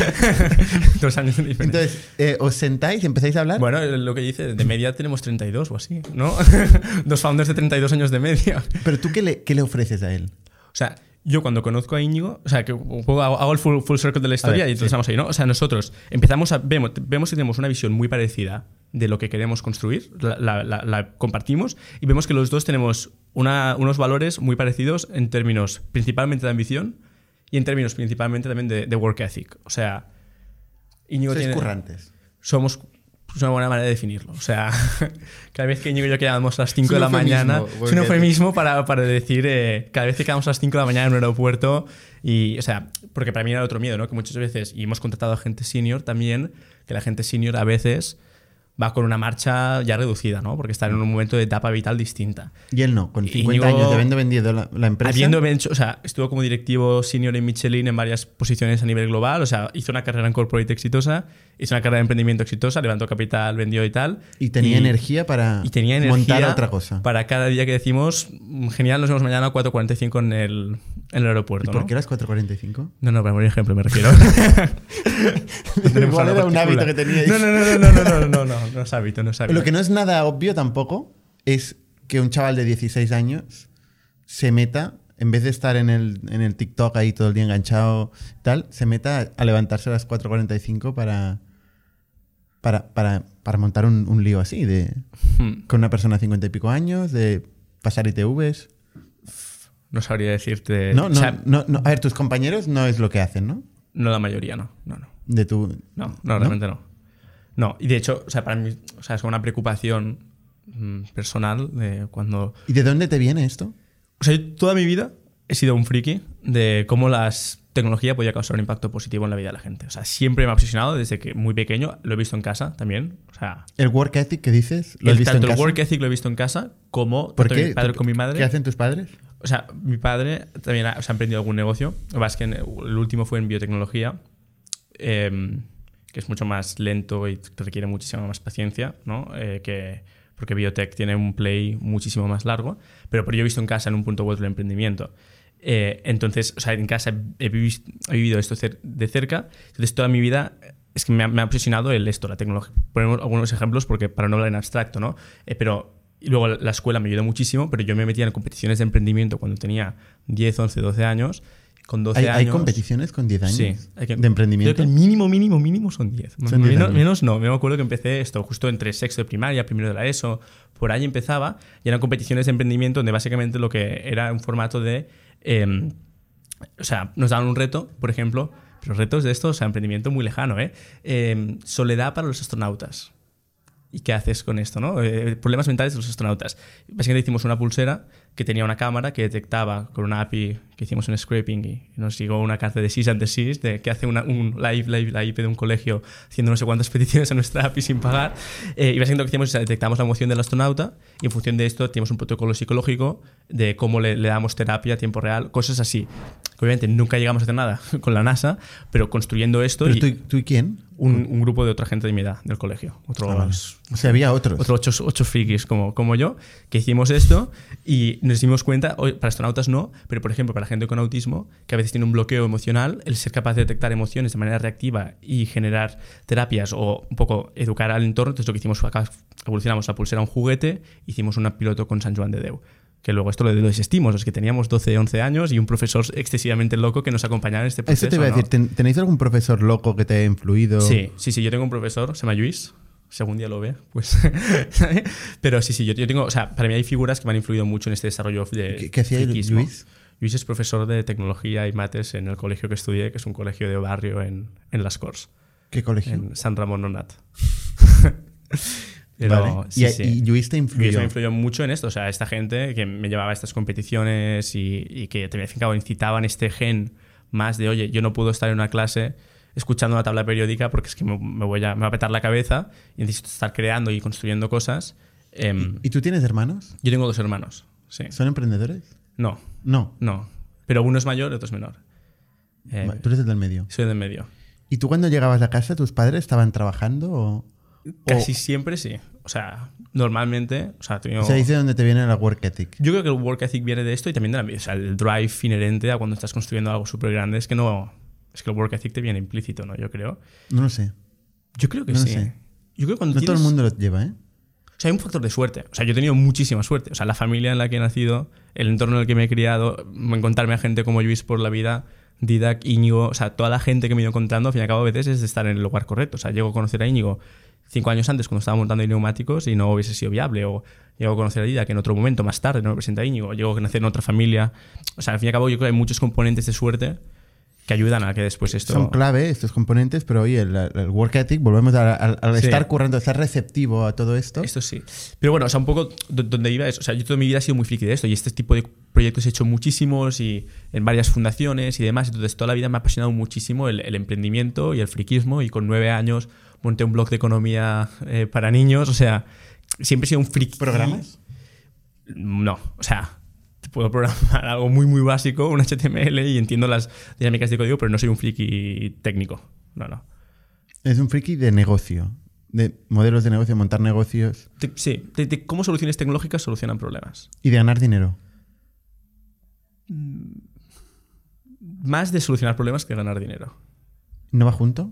Speaker 1: Dos años de diferencia.
Speaker 2: Entonces, eh, ¿os sentáis y empezáis a hablar?
Speaker 1: Bueno, lo que dice, de media tenemos treinta y dos o así, ¿no? Dos founders de treinta y dos años de media.
Speaker 2: Pero tú, ¿qué le, qué le ofreces a él?
Speaker 1: O sea, yo cuando conozco a Íñigo, o sea, que un poco hago, hago el full, full circle de la historia
Speaker 2: ver,
Speaker 1: y entonces
Speaker 2: sí.
Speaker 1: vamos ahí, ¿no? O sea, nosotros empezamos a... Vemos, vemos que tenemos una visión muy parecida de lo que queremos construir, la, la, la, la compartimos y vemos que los dos tenemos una, unos valores muy parecidos en términos principalmente de ambición y en términos principalmente también de, de work ethic. O sea, Íñigo
Speaker 2: Sois
Speaker 1: tiene...
Speaker 2: currantes.
Speaker 1: Somos... Es una buena manera de definirlo. O sea, cada vez que Íñigo y yo quedamos a las cinco
Speaker 2: Es un
Speaker 1: de la
Speaker 2: eufemismo,
Speaker 1: mañana,
Speaker 2: work
Speaker 1: es un
Speaker 2: ethic.
Speaker 1: eufemismo para, para decir, eh, cada vez que quedamos a las cinco de la mañana en un aeropuerto, y, o sea, porque para mí era otro miedo, ¿no? Que muchas veces, y hemos contratado a gente senior también, que la gente senior a veces va con una marcha ya reducida, ¿no? Porque está en un momento de etapa vital distinta.
Speaker 2: Y él no, con cincuenta
Speaker 1: Íñigo,
Speaker 2: años de habiendo vendido la, la empresa.
Speaker 1: Habiendo hecho, o sea, estuvo como directivo senior en Michelin en varias posiciones a nivel global, o sea, hizo una carrera en corporate exitosa, hizo una carrera de emprendimiento exitosa, levantó capital, vendió y tal.
Speaker 2: Y tenía energía para
Speaker 1: y tenía energía
Speaker 2: montar otra cosa.
Speaker 1: Para cada día que decimos, genial, nos vemos mañana a cuatro cuarenta y cinco en el, en el aeropuerto.
Speaker 2: ¿Y por
Speaker 1: ¿no?
Speaker 2: qué eras cuatro cuarenta y cinco?
Speaker 1: No, no, para poner ejemplo me refiero.
Speaker 2: Igual era un hábito que teníais.
Speaker 1: No, no, no, no, no, no, no, no, no es hábito, no es hábito.
Speaker 2: Lo que no es nada obvio tampoco es que un chaval de dieciséis años se meta, en vez de estar en el, en el TikTok ahí todo el día enganchado, tal, se meta a levantarse a las cuatro cuarenta y cinco para, para, para, para montar un, un lío así, de,
Speaker 1: Hmm.
Speaker 2: con una persona de cincuenta y pico años, de pasar I T Vs.
Speaker 1: No sabría decirte.
Speaker 2: No, no,
Speaker 1: o sea,
Speaker 2: no, no. A ver, tus compañeros no es lo que hacen, ¿no?
Speaker 1: no la mayoría, no. No, no.
Speaker 2: De tu...
Speaker 1: No, no, realmente no. No, y de hecho, o sea, para mí, o sea, es una preocupación mm, personal de cuando...
Speaker 2: ¿Y de dónde te viene esto?
Speaker 1: O sea, yo toda mi vida he sido un friki de cómo la tecnología podía causar un impacto positivo en la vida de la gente. O sea, siempre me ha obsesionado desde que muy pequeño. Lo he visto en casa también. O sea,
Speaker 2: ¿El work ethic que dices? ¿Lo has
Speaker 1: el,
Speaker 2: visto
Speaker 1: tanto
Speaker 2: en
Speaker 1: el
Speaker 2: casa?
Speaker 1: work ethic lo he visto en casa como
Speaker 2: ¿Por
Speaker 1: tanto
Speaker 2: qué?
Speaker 1: mi padre como mi madre.
Speaker 2: ¿Qué hacen tus padres?
Speaker 1: O sea, mi padre también ha, o sea, ha emprendido algún negocio. Lo que pasa es que el último fue en biotecnología, eh, que es mucho más lento y te requiere muchísima más paciencia, ¿no? Eh, que, porque biotech tiene un play muchísimo más largo. Pero, pero yo he visto en casa en un punto web del emprendimiento. Eh, entonces, o sea, en casa he, vivi- he vivido esto cer- de cerca. Entonces, toda mi vida es que me ha, me ha obsesionado el esto, la tecnología. Ponemos algunos ejemplos porque para no hablar en abstracto, ¿no? Eh, pero y luego la escuela me ayudó muchísimo, pero yo me metía en competiciones de emprendimiento cuando tenía diez, once, doce años. Con doce
Speaker 2: ¿Hay,
Speaker 1: años.
Speaker 2: ¿Hay competiciones con diez años
Speaker 1: Sí, hay que,
Speaker 2: de emprendimiento?
Speaker 1: Creo que el mínimo, mínimo, mínimo son diez.
Speaker 2: Son diez
Speaker 1: menos,
Speaker 2: años.
Speaker 1: menos no. Me acuerdo que empecé esto justo entre sexto de primaria, primero de la ESO. Por ahí empezaba y eran competiciones de emprendimiento donde básicamente lo que era un formato de. Eh, o sea, nos daban un reto, por ejemplo, pero retos de estos, o sea, emprendimiento muy lejano, ¿eh? Eh, soledad para los astronautas. ¿Y qué haces con esto, no? Eh, problemas mentales de los astronautas. Básicamente hicimos una pulsera que tenía una cámara que detectaba con una A P I que hicimos un scraping y nos llegó una carta de cease and desist de que hace una, un live, live, la I P de un colegio haciendo no sé cuántas peticiones a nuestra A P I sin pagar. Eh, y básicamente lo que hicimos es detectamos la emoción del astronauta y en función de esto teníamos un protocolo psicológico de cómo le, le damos terapia a tiempo real, cosas así. Obviamente nunca llegamos a hacer nada con la NASA, pero construyendo esto...
Speaker 2: ¿Pero
Speaker 1: y
Speaker 2: tú, tú y quién?
Speaker 1: un, un grupo de otra gente de mi edad, del colegio. Otros,
Speaker 2: Ah, vale. O sea, había otros.
Speaker 1: otros ocho, ocho frikis como, como yo, que hicimos esto y nos dimos cuenta, oye, para astronautas no, pero por ejemplo para gente con autismo, que a veces tiene un bloqueo emocional, el ser capaz de detectar emociones de manera reactiva y generar terapias o un poco educar al entorno. Entonces lo que hicimos fue acá, evolucionamos la pulsera a un juguete, hicimos un piloto con San Joan de Déu. Que luego esto lo, lo desestimos, los que teníamos doce, once años y un profesor excesivamente loco que nos acompañaba en este proceso.
Speaker 2: Eso te iba a
Speaker 1: ¿no?
Speaker 2: decir, ¿ten- ¿tenéis algún profesor loco que te haya influido?
Speaker 1: Sí, sí, sí, yo tengo un profesor, se llama Lluís, si algún día lo ve, pues... Pero sí, sí, yo, yo tengo... O sea, para mí hay figuras que me han influido mucho en este desarrollo de
Speaker 2: ¿Qué, qué hacía
Speaker 1: friquismo.
Speaker 2: Lluís?
Speaker 1: Lluís es profesor de tecnología y mates en el colegio que estudié, que es un colegio de barrio en, en Las Corts,
Speaker 2: ¿Qué colegio?
Speaker 1: en San Ramón Nonat. Pero,
Speaker 2: Vale.
Speaker 1: sí,
Speaker 2: y,
Speaker 1: sí.
Speaker 2: y Lluís te
Speaker 1: Lluís
Speaker 2: influyó.
Speaker 1: me influyó mucho en esto, o sea, esta gente que me llevaba a estas competiciones y, y que, al fin y al cabo, incitaban este gen más de, oye, yo no puedo estar en una clase escuchando una tabla periódica porque es que me, me voy a, me va a petar la cabeza y necesito estar creando y construyendo cosas. Eh,
Speaker 2: ¿Y tú tienes hermanos?
Speaker 1: yo tengo dos hermanos, sí.
Speaker 2: ¿Son emprendedores?
Speaker 1: No,
Speaker 2: No.
Speaker 1: no. Pero uno es mayor y otro es menor. Eh,
Speaker 2: Va, Tú eres el del medio.
Speaker 1: soy del medio.
Speaker 2: ¿Y tú cuando llegabas a casa, tus padres estaban trabajando o...?
Speaker 1: Casi
Speaker 2: o-
Speaker 1: siempre sí. O sea, normalmente... O sea, tengo-
Speaker 2: O sea, dice dónde te viene la work ethic.
Speaker 1: Yo creo que el work ethic viene de esto y también de la, o sea, el drive inherente a cuando estás construyendo algo súper grande. Es que no... Es que el work ethic te viene implícito, ¿no? Yo creo.
Speaker 2: No lo sé.
Speaker 1: Yo creo que
Speaker 2: No lo
Speaker 1: sí.
Speaker 2: sé.
Speaker 1: Yo creo que cuando
Speaker 2: No todo el
Speaker 1: tienes-
Speaker 2: mundo lo lleva, ¿eh?
Speaker 1: O sea, hay un factor de suerte. O sea, yo he tenido muchísima suerte. O sea, la familia en la que he nacido, el entorno en el que me he criado, encontrarme a gente como Lluís por la vida, Didac, Íñigo, o sea, toda la gente que me he ido encontrando, al fin y al cabo, a veces es de estar en el lugar correcto. O sea, llego a conocer a Íñigo cinco años antes cuando estaba montando neumáticos y no hubiese sido viable. O llego a conocer a Didac en otro momento más tarde, no me presenta a Íñigo. Llego a nacer en otra familia. O sea, al fin y al cabo, yo creo que hay muchos componentes de suerte que ayudan a que después esto...
Speaker 2: Son clave estos componentes, pero oye, el, el work ethic, volvemos a- a- al
Speaker 1: Sí.
Speaker 2: estar currando, estar receptivo a todo esto.
Speaker 1: Esto sí. Pero bueno, o sea, un poco do- donde iba es, o sea, yo toda mi vida he sido muy friki de esto y este tipo de proyectos he hecho muchísimos y en varias fundaciones y demás. Entonces, toda la vida me ha apasionado muchísimo el, el emprendimiento y el friquismo y con nueve años monté un blog de economía eh, para niños. O sea, siempre he sido un friki.
Speaker 2: ¿Programas?
Speaker 1: No, o sea, puedo programar algo muy, muy básico, un H T M L y entiendo las dinámicas de código, pero no soy un friki técnico. No, no.
Speaker 2: Es un friki de negocio, de modelos de negocio, montar negocios
Speaker 1: De- sí, de, de cómo soluciones tecnológicas solucionan problemas.
Speaker 2: y de ganar dinero.
Speaker 1: Más de solucionar problemas que ganar dinero.
Speaker 2: ¿No va junto?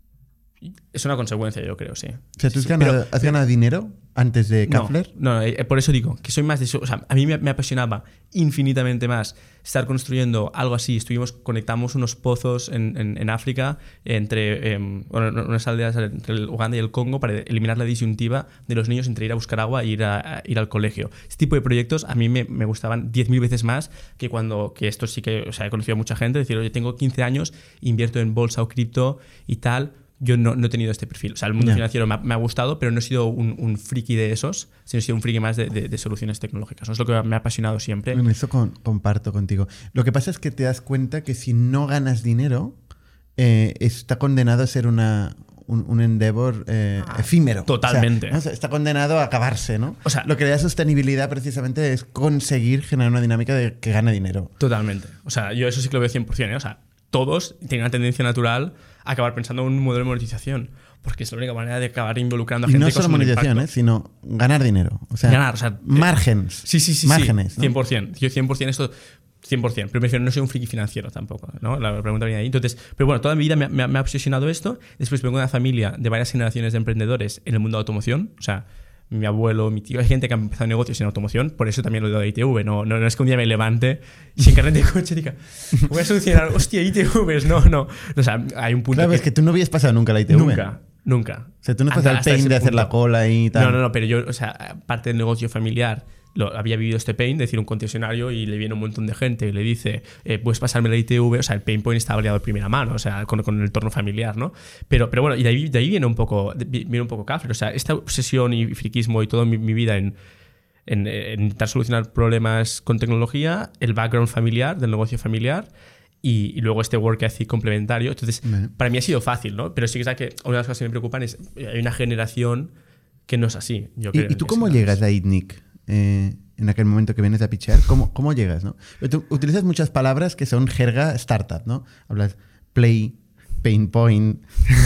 Speaker 1: Es una consecuencia, yo creo, sí.
Speaker 2: O sea, ¿tú has,
Speaker 1: Sí,
Speaker 2: ganado,
Speaker 1: pero-
Speaker 2: has ganado dinero antes de
Speaker 1: No,
Speaker 2: Kafler?
Speaker 1: no, eh, por eso digo que soy más de eso. O sea, a mí me, me apasionaba infinitamente más estar construyendo algo así. Estuvimos, conectamos unos pozos en, en, en África, entre eh, bueno, unas aldeas entre el Uganda y el Congo, para eliminar la disyuntiva de los niños entre ir a buscar agua e ir, a, a ir al colegio. Este tipo de proyectos a mí me, me gustaban diez mil veces más que cuando, que esto sí que, o sea, he conocido a mucha gente, decir, oye, tengo quince años, invierto en bolsa o cripto y tal. Yo no, no he tenido este perfil. O sea, el mundo
Speaker 2: Ya.
Speaker 1: financiero me ha, me ha gustado, pero no he sido un, un friki de esos, sino he sido un friki más de, de- de soluciones tecnológicas. Eso es lo que me ha apasionado siempre.
Speaker 2: En eso con- comparto contigo. Lo que pasa es que te das cuenta que si no ganas dinero, eh, está condenado a ser una, un, un endeavor eh, efímero.
Speaker 1: Totalmente.
Speaker 2: O sea, ¿no? O sea, está condenado a acabarse, ¿no?
Speaker 1: O sea-
Speaker 2: lo que le da sostenibilidad precisamente es conseguir generar una dinámica de que gane dinero.
Speaker 1: Totalmente. O sea, yo eso sí que lo veo cien por ciento. ¿eh? O sea, todos tienen una tendencia natural a acabar pensando en un modelo de monetización, porque es la única manera de acabar involucrando a
Speaker 2: Y
Speaker 1: gente
Speaker 2: no
Speaker 1: con
Speaker 2: solo
Speaker 1: un
Speaker 2: monetización,
Speaker 1: impacto.
Speaker 2: ¿eh? sino ganar dinero. O sea,
Speaker 1: Ganar, o sea, eh,
Speaker 2: márgenes.
Speaker 1: Sí, sí, sí.
Speaker 2: Márgenes.
Speaker 1: sí,
Speaker 2: ¿no?
Speaker 1: cien por ciento. Yo cien por ciento esto... cien por ciento. Pero prefiero no soy un friki financiero tampoco, ¿no? La pregunta viene ahí. Entonces, pero bueno, toda mi vida me, me- me ha obsesionado esto. Después vengo de una familia de varias generaciones de emprendedores en el mundo de automoción. O sea, mi abuelo, mi tío, hay gente que ha empezado negocios en automoción. Por eso también lo de I T V. No, no, no es que un día me levante y sin carnet de coche diga, voy a solucionar, hostia, I T Vs. No, no. O sea, hay un punto
Speaker 2: Claro,
Speaker 1: que...
Speaker 2: es que tú no habías pasado nunca la I T V.
Speaker 1: Nunca, nunca.
Speaker 2: O sea, tú no has
Speaker 1: Hasta-
Speaker 2: pasado el
Speaker 1: hasta
Speaker 2: pain
Speaker 1: ese
Speaker 2: de hacer
Speaker 1: punto.
Speaker 2: la cola y tal.
Speaker 1: No, no, no, pero yo, o sea, parte del negocio familiar, lo, había vivido este pain, decir, un concesionario y le viene un montón de gente y le dice, eh, puedes pasarme la I T V, o sea, el pain point está variado de primera mano, o sea, con, con el entorno familiar, ¿no? Pero, pero bueno, y de ahí, de ahí viene un poco, de- viene un poco Kafler, o sea, esta obsesión y friquismo y toda mi, mi vida en, en, en intentar solucionar problemas con tecnología, el background familiar, del negocio familiar, y, y luego este work ethic complementario. Entonces,
Speaker 2: Vale.
Speaker 1: para mí ha sido fácil, ¿no? Pero sí que es verdad que una de las cosas que me preocupan es eh, hay una generación que no es así. Yo creo
Speaker 2: ¿Y, y tú
Speaker 1: que
Speaker 2: cómo
Speaker 1: sí,
Speaker 2: llegas a ITNIC eh, en aquel momento que vienes a pichear? ¿Cómo, cómo llegas? ¿no? Tú utilizas muchas palabras que son jerga startup, ¿no? Hablas play, pain point.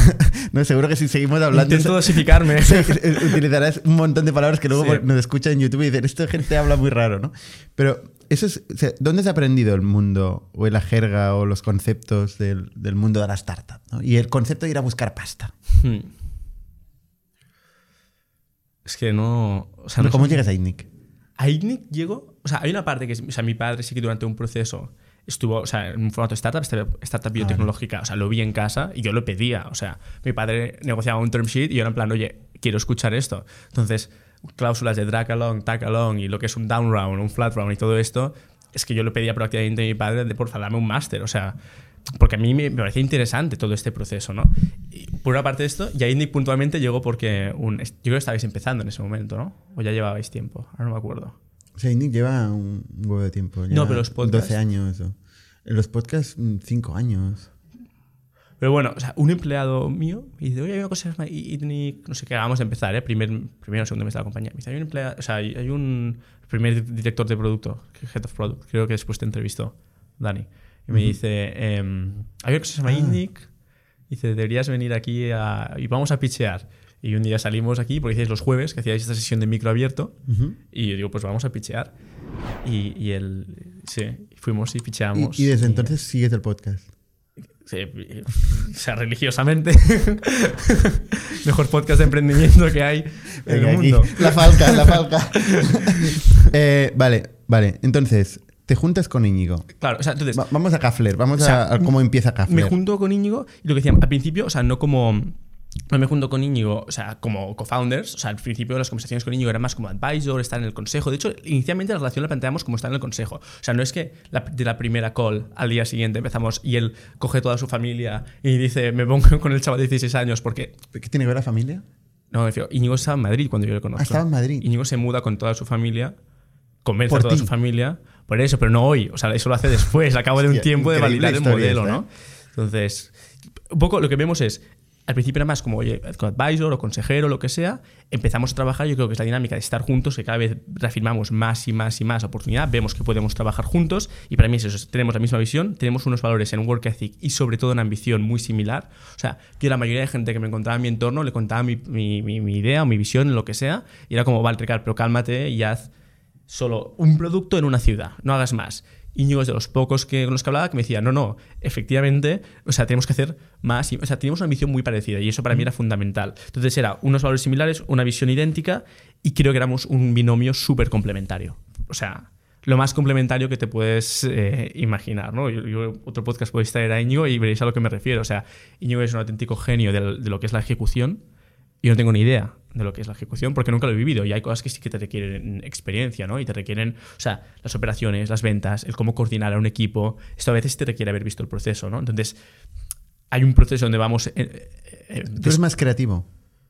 Speaker 2: No, seguro que si seguimos hablando...
Speaker 1: Intento dosificarme.
Speaker 2: utilizarás un montón de palabras que luego
Speaker 1: Sí.
Speaker 2: nos escuchan en YouTube y dicen, esta gente habla muy raro, ¿no? Pero eso es, o sea, ¿dónde has aprendido el mundo o la jerga o los conceptos del, del mundo de la startup? ¿no? Y el concepto de ir a buscar pasta.
Speaker 1: Hmm. Es que no... O sea, no
Speaker 2: ¿Cómo
Speaker 1: sé-
Speaker 2: llegas a ITNIC?
Speaker 1: A ITNIC llego... O sea, hay una parte que... O sea, mi padre sí que durante un proceso estuvo, o sea, en un formato startup, startup biotecnológica. O sea, lo vi en casa y yo lo pedía. O sea, mi padre negociaba un term sheet y yo era en plan, oye, quiero escuchar esto. Entonces, cláusulas de drag along, tag along y lo que es un down round, un flat round y todo esto, es que yo lo pedía proactivamente a mi padre de, por favor, dame un máster. O sea, porque a mí me, me parecía interesante todo este proceso, ¿no? Y por una parte de esto, y a ITNIC puntualmente llegó porque un, yo creo que estabais empezando en ese momento, ¿no? O ya llevabais tiempo, ahora no me acuerdo.
Speaker 2: O sea, ITNIC lleva un huevo de tiempo.
Speaker 1: No, pero los podcasts...
Speaker 2: doce años. O, en los podcasts, cinco años.
Speaker 1: Pero bueno, o sea, un empleado mío me dice, oye, hay una cosa que se llama ITNIC, no sé qué, vamos a empezar, ¿eh? Primer, primero o segundo mes de la compañía. Me dice, hay un empleado, o sea, hay, hay un primer director de producto, Head of Product, creo que después te entrevistó, Dani. Y me uh-huh. dice, eh, hay una cosa que se llama ah. ITNIC, dice, deberías venir aquí a, y vamos a pitchear. Y un día salimos aquí, porque hacíais los jueves, que hacíais esta sesión de micro abierto, uh-huh. y yo digo, pues vamos a pitchear. Y, y él, sí, fuimos y pitcheamos.
Speaker 2: Y, y desde y, entonces sigues el podcast.
Speaker 1: Sí, o sea, religiosamente. Mejor podcast de emprendimiento que hay en el mundo.
Speaker 2: Aquí. La falca, la falca. eh, vale, vale. Entonces, te juntas con Íñigo.
Speaker 1: Claro, o sea, entonces...
Speaker 2: Va, vamos a Kafler, vamos o sea, a, a cómo empieza Kafler.
Speaker 1: Me junto con Íñigo y lo que decían al principio, o sea, no como... No me junto con Íñigo, o sea, como co-founders. O sea, al principio las conversaciones con Íñigo eran más como advisor, estar en el consejo. De hecho, inicialmente la relación la planteamos como estar en el consejo. O sea, no es que la, de la primera call al día siguiente empezamos y él coge toda su familia y dice, me pongo con el chaval de dieciséis años porque...
Speaker 2: ¿Qué tiene que ver la familia?
Speaker 1: No, me refiero, Íñigo estaba en Madrid cuando yo le conozco.
Speaker 2: Ah, estaba en Madrid.
Speaker 1: Íñigo se muda con toda su familia, convence a toda ti. su familia. Por eso, pero no hoy. O sea, eso lo hace después, al cabo de un tiempo de validar el modelo, esta, ¿no? ¿eh? Entonces, un poco lo que vemos es... Al principio era más como, oye, advisor o consejero, lo que sea. Empezamos a trabajar, yo creo que es la dinámica de estar juntos, que cada vez reafirmamos más y más y más oportunidad, vemos que podemos trabajar juntos y para mí es eso, tenemos la misma visión, tenemos unos valores en work ethic y sobre todo en ambición muy similar. O sea, yo a la mayoría de gente que me encontraba en mi entorno le contaba mi, mi, mi, mi idea o mi visión, lo que sea, y era como, vale, Ricardo, pero cálmate y haz solo un producto en una ciudad, no hagas más. Íñigo es de los pocos que, con los que hablaba que me decía, no, no, efectivamente, o sea, tenemos que hacer más. O sea, teníamos una visión muy parecida y eso para mí era fundamental. Entonces era unos valores similares, una visión idéntica y creo que éramos un binomio súper complementario. O sea, lo más complementario que te puedes eh, imaginar, ¿no? Yo, yo otro podcast podéis traer a Íñigo y veréis a lo que me refiero. O sea, Íñigo es un auténtico genio de, de lo que es la ejecución. Yo no tengo ni idea de lo que es la ejecución porque nunca lo he vivido y hay cosas que sí que te requieren experiencia, ¿no? Y te requieren, o sea, las operaciones, las ventas, el cómo coordinar a un equipo. Esto a veces te requiere haber visto el proceso, ¿no? Entonces, hay un proceso donde vamos... Eh, eh,
Speaker 2: ¿Tú eres más creativo?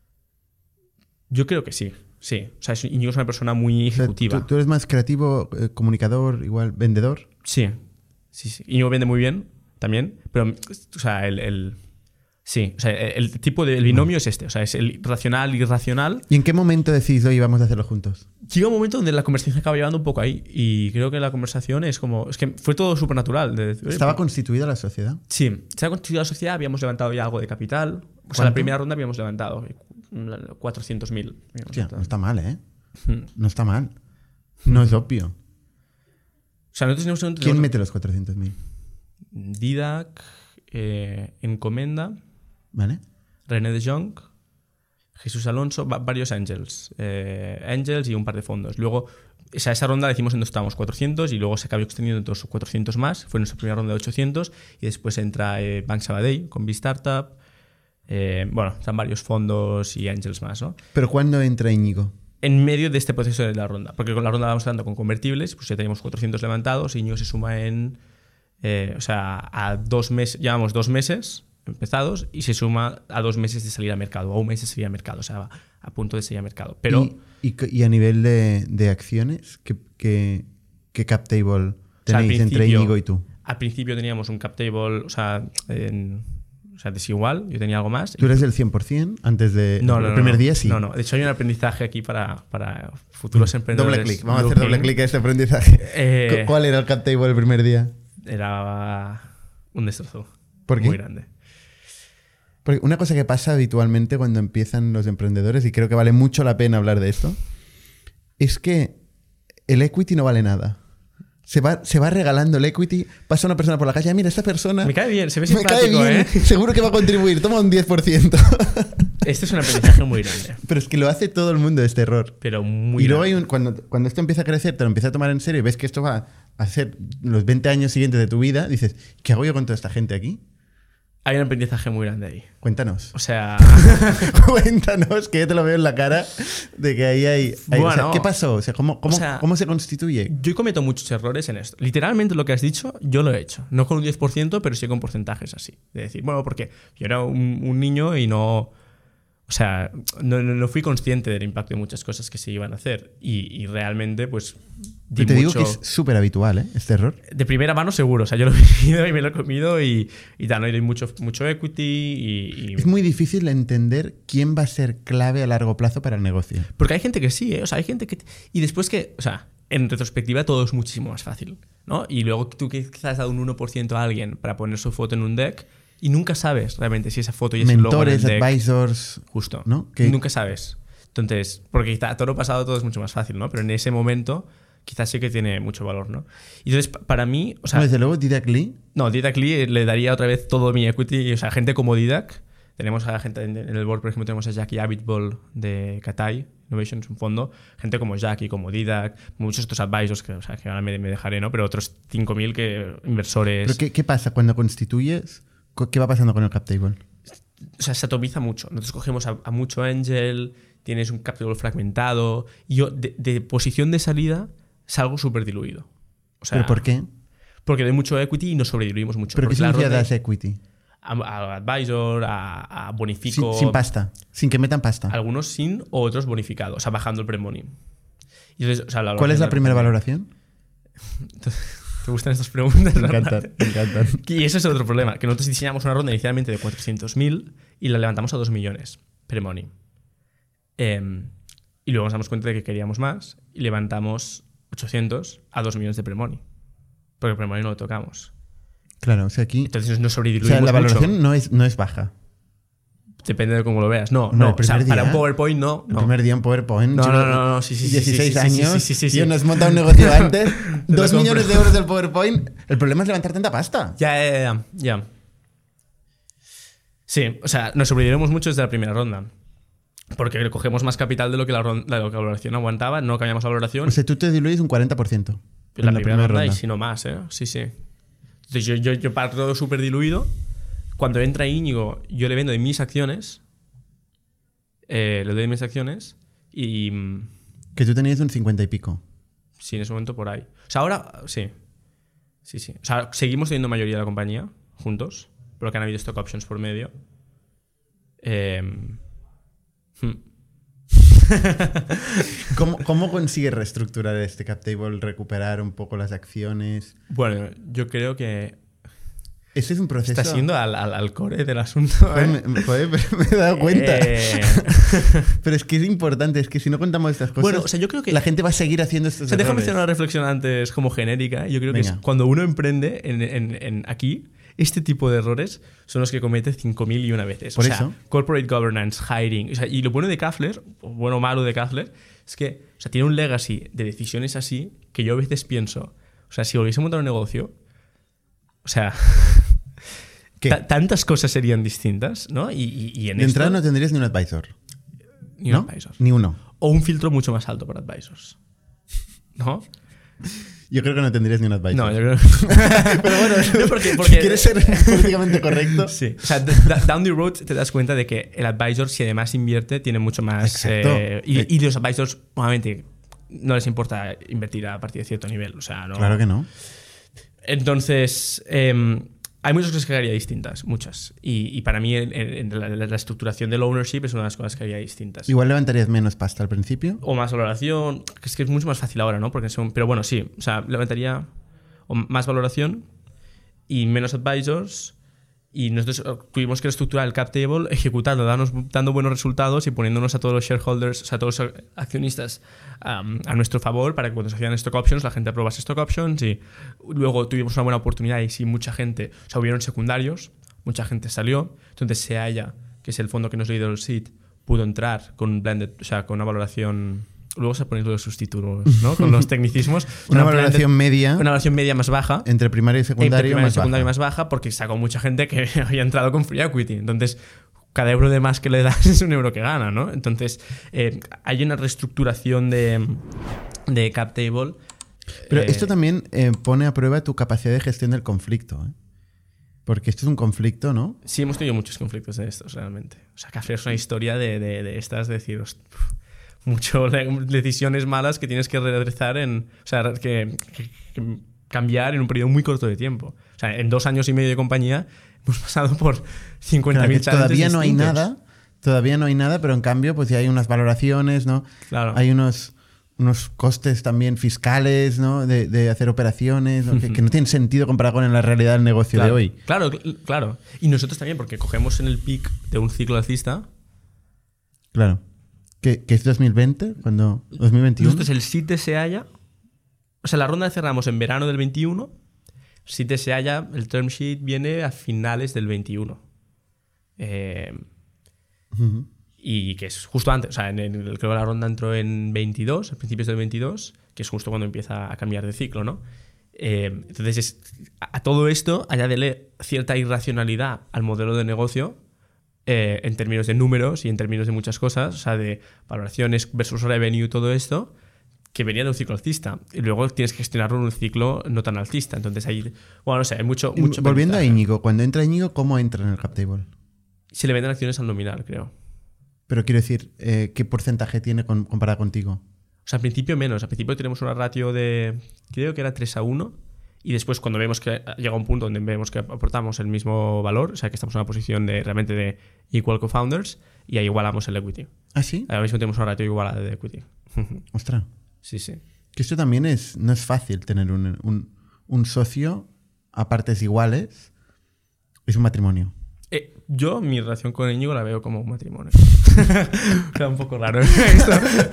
Speaker 1: Yo creo que sí, sí. O sea, Íñigo es una persona muy ejecutiva.
Speaker 2: O sea, ¿tú, ¿Tú eres más creativo, eh, comunicador, igual, vendedor?
Speaker 1: Sí, sí, sí. Íñigo vende muy bien también, pero, o sea, el... el Sí, o sea, el tipo de el binomio es este, o sea, es el racional y irracional.
Speaker 2: ¿Y en qué momento decís, oye, vamos a hacerlo juntos?
Speaker 1: Llega un momento donde la conversación se acaba llevando un poco ahí y creo que la conversación es como, es que fue todo súper natural.
Speaker 2: ¿Estaba constituida la sociedad?
Speaker 1: Sí, se ha constituido la sociedad, habíamos levantado ya algo de capital. O sea, la primera ronda habíamos levantado cuatrocientos mil.
Speaker 2: No está mal, ¿eh? No está mal. No es obvio.
Speaker 1: O sea, nosotros tenemos un,
Speaker 2: ¿Quién
Speaker 1: tenemos...
Speaker 2: mete los cuatrocientos mil?
Speaker 1: Didac, eh, Encomenda...
Speaker 2: ¿Vale?
Speaker 1: René de Jong, Jesús Alonso, varios angels. Eh, angels y un par de fondos. Luego, o sea, esa ronda la hicimos en dos estábamos cuatrocientos y luego se acabó extendiendo otros cuatrocientos más. Fue nuestra primera ronda de ochocientos y después entra eh, Bank Sabadell con B-Startup. Eh, bueno, están varios fondos y angels más, ¿no?
Speaker 2: ¿Pero cuándo entra Íñigo?
Speaker 1: En medio de este proceso de la ronda. Porque con la ronda vamos dando con convertibles, pues ya teníamos cuatrocientos levantados y Íñigo se suma en... Eh, o sea, a dos meses, llevamos dos meses... empezados y se suma a dos meses de salir al mercado, a un mes de salir al mercado, o sea, a punto de salir al mercado. Pero,
Speaker 2: ¿Y, y, y a nivel de, de acciones, ¿qué, qué, qué cap table tenéis o sea, entre Íñigo y tú?
Speaker 1: Al principio teníamos un cap table, o sea, en, o sea, desigual, yo tenía algo más.
Speaker 2: ¿Tú eres del cien por ciento antes de
Speaker 1: no, no,
Speaker 2: el
Speaker 1: no,
Speaker 2: primer
Speaker 1: no,
Speaker 2: día? Sí.
Speaker 1: No, no, de hecho hay un aprendizaje aquí para, para futuros emprendedores.
Speaker 2: Doble clic, vamos a hacer doble clic a este aprendizaje.
Speaker 1: Eh,
Speaker 2: ¿Cuál era el cap table el primer día?
Speaker 1: Era un destrozo.
Speaker 2: ¿Por qué?
Speaker 1: Muy grande.
Speaker 2: Porque una cosa que pasa habitualmente cuando empiezan los emprendedores, y creo que vale mucho la pena hablar de esto, es que el equity no vale nada. Se va, se va regalando el equity, pasa una persona por la calle, mira, esta persona...
Speaker 1: Me cae bien, se ve
Speaker 2: simpático, me cae bien,
Speaker 1: ¿eh?
Speaker 2: Seguro que va a contribuir, toma un diez por ciento.
Speaker 1: este es un aprendizaje muy grande.
Speaker 2: Pero es que lo hace todo el mundo este error.
Speaker 1: Pero muy
Speaker 2: y luego
Speaker 1: grande.
Speaker 2: hay un, cuando, cuando esto empieza a crecer, te lo empieza a tomar en serio y ves que esto va a ser los veinte años siguientes de tu vida, dices, ¿qué hago yo con toda esta gente aquí?
Speaker 1: Hay un aprendizaje muy grande ahí.
Speaker 2: Cuéntanos.
Speaker 1: O sea...
Speaker 2: Cuéntanos, que yo te lo veo en la cara de que ahí hay... hay- o sea,
Speaker 1: Bueno.
Speaker 2: ¿qué pasó? O sea, ¿cómo, cómo,
Speaker 1: O sea,
Speaker 2: cómo se constituye?
Speaker 1: Yo cometo muchos errores en esto. Literalmente lo que has dicho, yo lo he hecho. No con un diez por ciento, pero sí con porcentajes así. De decir, bueno, porque yo era un, un niño y no... O sea, no, no- no fui consciente del impacto de muchas cosas que se iban a hacer. Y, y realmente, pues... Di
Speaker 2: Yo te
Speaker 1: mucho...
Speaker 2: digo que es súper habitual, ¿eh? Este error.
Speaker 1: De primera mano seguro. O sea, yo lo he vivido y me lo he comido y, y tal. ¿no? Y doy mucho, mucho equity y... y-
Speaker 2: Es muy difícil entender quién va a ser clave a largo plazo para el negocio.
Speaker 1: Porque hay gente que sí, ¿eh? O sea, hay gente que... Y después que... O sea, en retrospectiva todo es muchísimo más fácil, ¿no? Y luego tú que quizás has dado un uno por ciento a alguien para poner su foto en un deck y nunca sabes realmente si esa foto y ese logo en el
Speaker 2: Mentores,
Speaker 1: deck...
Speaker 2: advisors...
Speaker 1: Justo.
Speaker 2: ¿no? Que-
Speaker 1: Nunca sabes. Entonces, porque quizá todo lo pasado todo es mucho más fácil, ¿no? Pero en ese momento quizás sí que tiene mucho valor, ¿no? Y entonces, pa- para mí... O sea,
Speaker 2: No, desde luego, Didac Lee...
Speaker 1: no, Didac Lee le daría otra vez todo mi equity. O sea, gente como Didac. Tenemos a gente en en el board, por ejemplo, tenemos a Jackie Abitbol de Katai Innovation, es un fondo. Gente como Jackie, como Didac, muchos otros advisors que, o sea, que ahora me, me dejaré, ¿no? Pero otros cinco mil que inversores.
Speaker 2: ¿Pero qué, qué pasa cuando constituyes? Co- ¿Qué va pasando con el cap table?
Speaker 1: O sea, se atomiza mucho. Nosotros cogemos a, a mucho angel, tienes un cap table fragmentado. Y yo, de, de posición de salida, salgo súper diluido. O sea,
Speaker 2: ¿Pero por qué?
Speaker 1: Porque doy mucho equity y nos sobrediluimos mucho.
Speaker 2: ¿Pero qué
Speaker 1: Porque la
Speaker 2: significa
Speaker 1: ronda-
Speaker 2: das equity?
Speaker 1: a, a advisor, a, a
Speaker 2: Sin,
Speaker 1: bonifico.
Speaker 2: sin pasta. Sin que metan pasta.
Speaker 1: Algunos sin o otros bonificados, o sea, bajando el pre-money. Y entonces, o sea, la
Speaker 2: ¿Cuál es la
Speaker 1: valoración
Speaker 2: primera
Speaker 1: de-
Speaker 2: valoración?
Speaker 1: ¿Te gustan estas preguntas?
Speaker 2: Me
Speaker 1: ¿verdad?
Speaker 2: encantan, me encantan.
Speaker 1: Y ese es otro problema, que nosotros diseñamos una ronda inicialmente de cuatrocientos mil y la levantamos a dos millones pre-money. Eh, y luego nos damos cuenta de que queríamos más y levantamos ochocientos a dos millones de pre-money. Porque el pre-money no lo tocamos.
Speaker 2: Claro, o sea, aquí...
Speaker 1: Entonces nos
Speaker 2: O
Speaker 1: sobrediluimos
Speaker 2: sea, la valoración
Speaker 1: mucho.
Speaker 2: no es, no es baja.
Speaker 1: Depende de cómo lo veas. No,
Speaker 2: Hombre,
Speaker 1: no.
Speaker 2: el
Speaker 1: O sea,
Speaker 2: primer
Speaker 1: para
Speaker 2: día-
Speaker 1: un PowerPoint no.
Speaker 2: El
Speaker 1: no.
Speaker 2: primer día en PowerPoint.
Speaker 1: No,
Speaker 2: chico,
Speaker 1: no, no, no, sí, sí, sí,
Speaker 2: dieciséis
Speaker 1: sí, sí, sí,
Speaker 2: años.
Speaker 1: sí, sí, sí,
Speaker 2: Tío,
Speaker 1: sí.
Speaker 2: nos has montado un negocio antes.
Speaker 1: Te lo
Speaker 2: Dos
Speaker 1: compro.
Speaker 2: millones de euros del PowerPoint. El problema es levantar tanta pasta.
Speaker 1: Ya, ya, ya, ya. Sí, o sea, nos sobrevivimos mucho desde la primera ronda. Porque cogemos más capital de lo que la, ron- de lo que la valoración aguantaba, no cambiamos la valoración.
Speaker 2: O sea, tú te diluyes un cuarenta por ciento.
Speaker 1: en la,
Speaker 2: en
Speaker 1: primera, ronda, y si no más, ¿eh? Sí, sí. Entonces yo, yo, yo parto súper diluido. Cuando entra Íñigo, yo le vendo de mis acciones. Eh, le doy mis acciones y... mm,
Speaker 2: Que tú tenías un cincuenta y pico.
Speaker 1: Sí, en ese momento por ahí. O sea, ahora sí. Sí, sí. O sea, seguimos teniendo mayoría de la compañía juntos, pero que han habido stock options por medio. Eh, hmm.
Speaker 2: ¿Cómo, ¿Cómo consigues reestructurar este cap table, recuperar un poco las acciones?
Speaker 1: Bueno, yo creo que
Speaker 2: Ese es un proceso...
Speaker 1: está siendo al, al, al core del asunto.
Speaker 2: Joder,
Speaker 1: ¿eh?
Speaker 2: me, joder, pero me he dado cuenta.
Speaker 1: Eh,
Speaker 2: Pero es que es importante, es que si no contamos estas cosas,
Speaker 1: Bueno, o sea, yo creo que-
Speaker 2: la gente va a seguir haciendo estos
Speaker 1: O sea, déjame
Speaker 2: errores.
Speaker 1: hacer una reflexión antes como genérica. Yo creo que
Speaker 2: Venga.
Speaker 1: es cuando uno emprende en, en- en aquí, este tipo de errores son los que comete cinco mil y una veces.
Speaker 2: Por
Speaker 1: o sea,
Speaker 2: eso.
Speaker 1: corporate governance, hiring. O sea, y lo bueno de Kafler, o bueno o malo de Kafler, es que o sea, tiene un legacy de decisiones así que yo a veces pienso, o sea, si volviese a montar un negocio, o sea,
Speaker 2: ¿Qué?
Speaker 1: ta- tantas cosas serían distintas, ¿no? Y, y, y en
Speaker 2: De
Speaker 1: esto,
Speaker 2: entrada no tendrías ni un advisor.
Speaker 1: ni
Speaker 2: ¿no?
Speaker 1: un advisor.
Speaker 2: Ni uno.
Speaker 1: O un filtro mucho más alto para advisors. ¿No?
Speaker 2: Yo creo que no tendrías ni un advisor.
Speaker 1: No, yo creo
Speaker 2: Pero bueno,
Speaker 1: No, porque-
Speaker 2: si
Speaker 1: porque-
Speaker 2: quieres ser políticamente correcto.
Speaker 1: Sí. O sea, d- d- down the road te das cuenta de que el advisor, si además invierte, tiene mucho más.
Speaker 2: Exacto.
Speaker 1: eh, y, y los advisors, obviamente, no les importa invertir a partir de cierto nivel. O sea, no.
Speaker 2: Claro que no.
Speaker 1: Entonces, eh, hay muchas cosas que haría distintas, muchas. Y, y para mí, en, en la, la estructuración del ownership es una de las cosas que haría distintas.
Speaker 2: Igual levantarías menos pasta al principio.
Speaker 1: O más valoración, que es que es mucho más fácil ahora, ¿no? Porque son, pero bueno, sí, o sea, levantaría o más valoración y menos advisors. Y nosotros tuvimos que reestructurar el cap table, ejecutando, dando, dando buenos resultados y poniéndonos a todos los shareholders, o sea, a todos los accionistas um, a nuestro favor para que cuando se hacían stock options la gente aprobase stock options. Y luego tuvimos una buena oportunidad y sí, mucha gente, o sea, hubieron secundarios, mucha gente salió. Entonces Seaya, que es el fondo que nos dio el seed, pudo entrar con un blended, o sea, con una valoración. Luego se ponen los sustitutos, ¿no? Con los tecnicismos.
Speaker 2: Una
Speaker 1: blended-
Speaker 2: valoración media
Speaker 1: Una valoración media más baja.
Speaker 2: entre primario y
Speaker 1: Entre
Speaker 2: secundario,
Speaker 1: primario y
Speaker 2: más
Speaker 1: secundario
Speaker 2: baja.
Speaker 1: más baja porque sacó mucha gente que había entrado con free equity. Entonces, cada euro de más que le das es un euro que gana, ¿no? Entonces, eh, hay una reestructuración de, de cap table.
Speaker 2: Pero
Speaker 1: eh,
Speaker 2: esto también eh, pone a prueba tu capacidad de gestión del conflicto, ¿eh? Porque esto es un conflicto, ¿no?
Speaker 1: Sí, hemos tenido muchos conflictos de estos, realmente. O sea, Café es una historia de, de, de estas, de decir, host, mucho decisiones malas que tienes que redrezar en... O sea, que, que, que cambiar en un periodo muy corto de tiempo. O sea, en dos años y medio de compañía hemos pasado por cincuenta mil
Speaker 2: claro, todavía no hay
Speaker 1: distintos.
Speaker 2: nada, todavía no hay nada, pero en cambio pues ya hay unas valoraciones, ¿no?
Speaker 1: Claro.
Speaker 2: Hay unos... unos costes también fiscales, ¿no? De, de hacer operaciones, ¿no? que, que no tienen sentido comparado con la realidad del negocio
Speaker 1: claro,
Speaker 2: de hoy.
Speaker 1: Claro, claro. Y nosotros también, porque cogemos en el pic de un ciclo alcista.
Speaker 2: Claro. ¿Que, que es dos mil veinte? ¿Cuándo? ¿dos mil veintiuno?
Speaker 1: Nosotros el S I T se halla... O sea, la ronda cerramos en verano del veintiuno. S I T se halla, el term sheet viene a finales del veintiuno. Eh... Uh-huh. Y que es justo antes, o sea, en el, creo que la ronda entró en veintidós, a principios del veintidós, que es justo cuando empieza a cambiar de ciclo, ¿no? Eh, entonces, es, a, a todo esto, añádele cierta irracionalidad al modelo de negocio eh, en términos de números y en términos de muchas cosas, o sea, de valoraciones versus revenue, todo esto, que venía de un ciclo alcista. Y luego tienes que gestionarlo en un ciclo no tan alcista. Entonces, ahí, bueno, no sé, hay mucho... mucho
Speaker 2: Volviendo a
Speaker 1: aprendizaje.
Speaker 2: Íñigo, cuando entra Íñigo, ¿cómo entra en el cap table?
Speaker 1: Se le venden acciones al nominal, creo.
Speaker 2: Pero quiero decir, eh, ¿qué porcentaje tiene con, comparado contigo?
Speaker 1: O sea, al principio menos. Al principio tenemos una ratio de, creo que era tres a uno. Y después cuando vemos que llega un punto donde vemos que aportamos el mismo valor, o sea, que estamos en una posición de realmente de equal co-founders, y ahí igualamos el equity.
Speaker 2: ¿Ah, sí?
Speaker 1: Ahora mismo tenemos una ratio igual a la de equity.
Speaker 2: Ostras.
Speaker 1: Sí, sí.
Speaker 2: Que esto también es... No es fácil tener un, un, un socio a partes iguales. Es un matrimonio.
Speaker 1: Eh, yo mi relación con Íñigo la veo como un matrimonio. Queda un poco raro esto.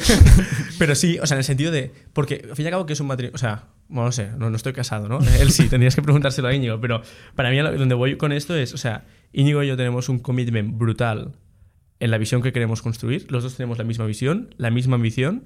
Speaker 1: Pero sí, o sea, en el sentido de... Porque al fin y al cabo que es un matrimonio... O sea, bueno, no sé, no, no estoy casado, ¿no? Él sí, tendrías que preguntárselo a Íñigo. Pero para mí donde voy con esto es... O sea, Íñigo y yo tenemos un commitment brutal en la visión que queremos construir. Los dos tenemos la misma visión, la misma ambición.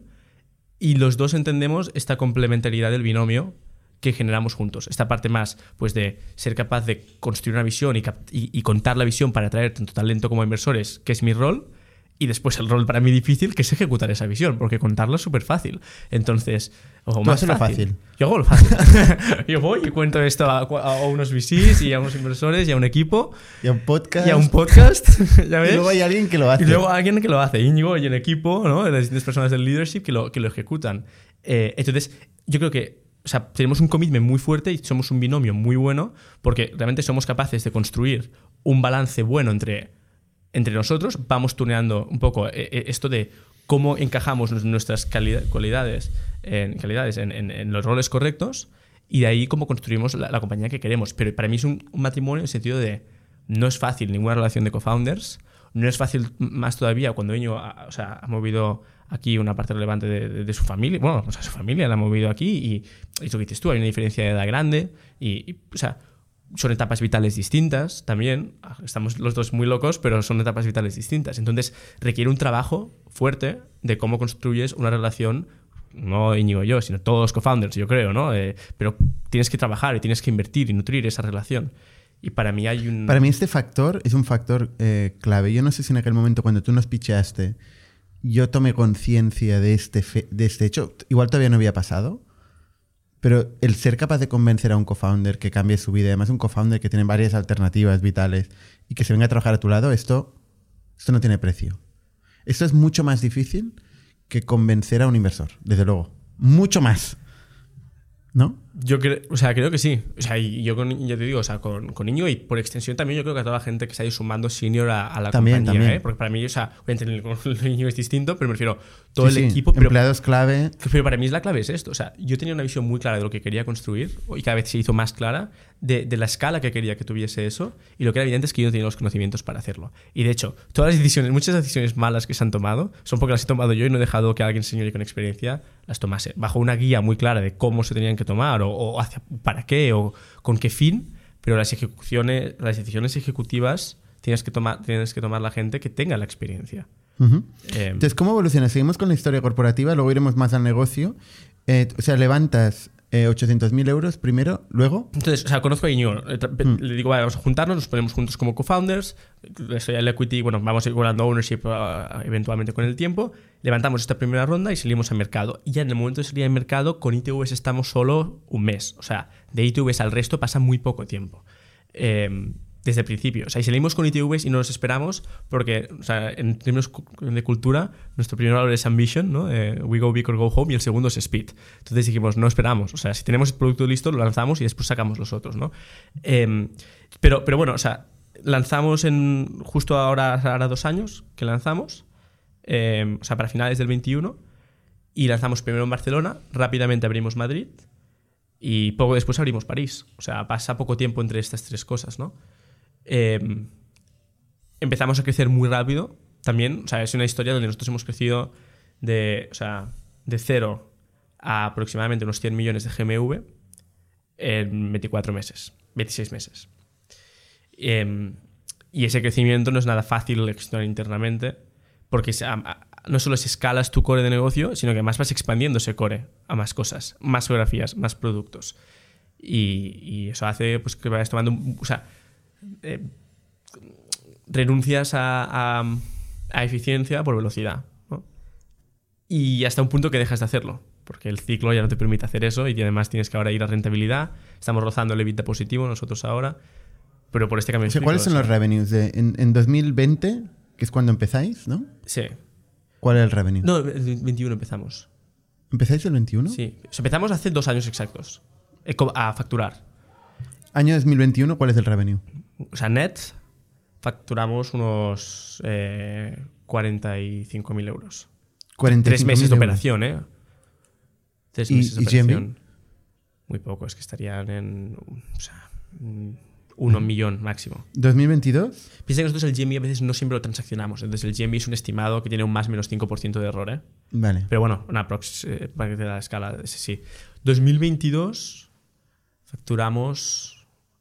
Speaker 1: Y los dos entendemos esta complementariedad del binomio que generamos juntos. Esta parte más pues de ser capaz de construir una visión y, y, y contar la visión para atraer tanto talento como inversores, que es mi rol, y después el rol para mí difícil, que es ejecutar esa visión, porque contarla es súper fácil. Entonces, o más
Speaker 2: lo
Speaker 1: fácil.
Speaker 2: fácil.
Speaker 1: Yo hago lo fácil. Yo voy y cuento esto a, a unos V Cs y a unos inversores y a un equipo.
Speaker 2: Y a un podcast.
Speaker 1: Y a un podcast. ¿Ya ves?
Speaker 2: Y luego hay alguien que lo hace.
Speaker 1: Y luego alguien que lo hace. Íñigo y un equipo, ¿no? Las distintas personas del leadership que lo, que lo ejecutan. Eh, entonces, yo creo que o sea, tenemos un commitment muy fuerte y somos un binomio muy bueno porque realmente somos capaces de construir un balance bueno entre, entre nosotros. Vamos tuneando un poco eh, esto de cómo encajamos nuestras calidad, cualidades, en, calidades en, en, en los roles correctos y de ahí cómo construimos la, la compañía que queremos. Pero para mí es un, un matrimonio en el sentido de no es fácil ninguna relación de co-founders. No es fácil más todavía cuando Íñigo ha, o sea, ha movido aquí una parte relevante de, de, de su familia. Bueno, o sea, su familia la ha movido aquí y es lo que dices tú, hay una diferencia de edad grande y, y o sea, son etapas vitales distintas también. Estamos los dos muy locos, pero son etapas vitales distintas. Entonces requiere un trabajo fuerte de cómo construyes una relación, no Íñigo y yo, sino todos los co-founders, yo creo, ¿no? Eh, pero tienes que trabajar y tienes que invertir y nutrir esa relación. Y para mí hay un...
Speaker 2: Para mí este factor es un factor eh, clave. Yo no sé si en aquel momento cuando tú nos picheaste yo tomé conciencia de este, fe, de este hecho. Igual todavía no había pasado, pero el ser capaz de convencer a un co-founder que cambie su vida, además un co-founder que tiene varias alternativas vitales y que se venga a trabajar a tu lado, esto, esto no tiene precio. Esto es mucho más difícil que convencer a un inversor, desde luego. Mucho más. ¿No?
Speaker 1: Yo creo, o sea, creo que sí. O sea, y yo con, yo te digo, o sea, con, con Íñigo y por extensión también yo creo que a toda la gente que se ha ido sumando senior a, a la
Speaker 2: también,
Speaker 1: compañía,
Speaker 2: también.
Speaker 1: ¿eh? Porque para mí, o sea, obviamente con Íñigo es distinto, pero me refiero todo
Speaker 2: sí,
Speaker 1: el
Speaker 2: sí.
Speaker 1: equipo. Pero,
Speaker 2: empleados clave.
Speaker 1: Pero para mí es la clave es esto. O sea, yo tenía una visión muy clara de lo que quería construir y cada vez se hizo más clara de, de la escala que quería que tuviese eso y lo que era evidente es que yo no tenía los conocimientos para hacerlo. Y de hecho, todas las decisiones, muchas decisiones malas que se han tomado son porque las he tomado yo y no he dejado que alguien senior y con experiencia las tomase. Bajo una guía muy clara de cómo se tenían que tomar o, o hacia, para qué o con qué fin, pero las ejecuciones, las decisiones ejecutivas tienes que tomar, tienes que tomar la gente que tenga la experiencia.
Speaker 2: Uh-huh.
Speaker 1: Eh,
Speaker 2: Entonces, ¿cómo evoluciona? Seguimos con la historia corporativa, luego iremos más al negocio. Eh, o sea, levantas eh, ochocientos mil euros primero, luego...
Speaker 1: Entonces, o sea, conozco a Íñigo. Le, tra-
Speaker 2: Mm.
Speaker 1: le digo, vale, vamos a juntarnos, nos ponemos juntos como co-founders. Estoy el equity, bueno, vamos a ir ganando ownership uh, eventualmente con el tiempo. Levantamos esta primera ronda y salimos al mercado. Y ya en el momento de salir al mercado, con I T Vs estamos solo un mes. O sea, de I T Vs al resto pasa muy poco tiempo. Eh, desde el principio. O sea, y salimos con I T Vs y no nos esperamos porque, o sea, en términos cu- de cultura, nuestro primer valor es ambition, ¿no? Eh, we go big or go home, y el segundo es speed. Entonces dijimos, no esperamos. O sea, si tenemos el producto listo, lo lanzamos y después sacamos los otros, ¿no? Eh, pero, pero bueno, o sea, lanzamos en justo ahora, ahora dos años que lanzamos, eh, o sea, para finales del veintiuno, y lanzamos primero en Barcelona, rápidamente abrimos Madrid y poco después abrimos París. O sea, pasa poco tiempo entre estas tres cosas, ¿no? Eh, empezamos a crecer muy rápido también. O sea, es una historia donde nosotros hemos crecido de, o sea, de cero a aproximadamente unos cien millones de G M V en veinticuatro meses, veintiséis meses. Eh, y ese crecimiento no es nada fácil de gestionar internamente porque se, a, a, no solo si escalas tu core de negocio, sino que además vas expandiendo ese core a más cosas, más geografías, más productos. Y, y eso hace pues, que vayas tomando... O sea, Eh, renuncias a, a, a eficiencia por velocidad, ¿no? Y hasta un punto que dejas de hacerlo porque el ciclo ya no te permite hacer eso y además tienes que ahora ir a rentabilidad. Estamos rozando el EBITDA positivo nosotros ahora, pero por este cambio de
Speaker 2: O sea,
Speaker 1: ciclo,
Speaker 2: ¿cuáles son
Speaker 1: o sea,
Speaker 2: los revenues? De, en, en dos mil veinte, que es cuando empezáis, ¿no?
Speaker 1: Sí.
Speaker 2: ¿Cuál es el revenue?
Speaker 1: No, el veintiuno empezamos.
Speaker 2: ¿Empezáis el veintiuno?
Speaker 1: Sí. O sea, empezamos hace dos años exactos a facturar.
Speaker 2: Año dos mil veintiuno, ¿cuál es el revenue?
Speaker 1: O sea, net facturamos unos eh, cuarenta y cinco mil euros.
Speaker 2: cuarenta y
Speaker 1: Tres
Speaker 2: cinco
Speaker 1: meses
Speaker 2: mil
Speaker 1: de
Speaker 2: euros.
Speaker 1: operación, ¿eh? Tres
Speaker 2: ¿Y-
Speaker 1: meses de
Speaker 2: y G M B?
Speaker 1: operación. Muy poco, es que estarían en... O sea, un- uno millón máximo.
Speaker 2: ¿dos mil veintidós?
Speaker 1: Piensa que nosotros el G M B a veces no siempre lo transaccionamos. Entonces el G M B es un estimado que tiene un más o menos cinco por ciento de error, ¿eh?
Speaker 2: Vale.
Speaker 1: Pero bueno, una prox eh, para que te dé la escala. Sí, sí. dos mil veintidós facturamos...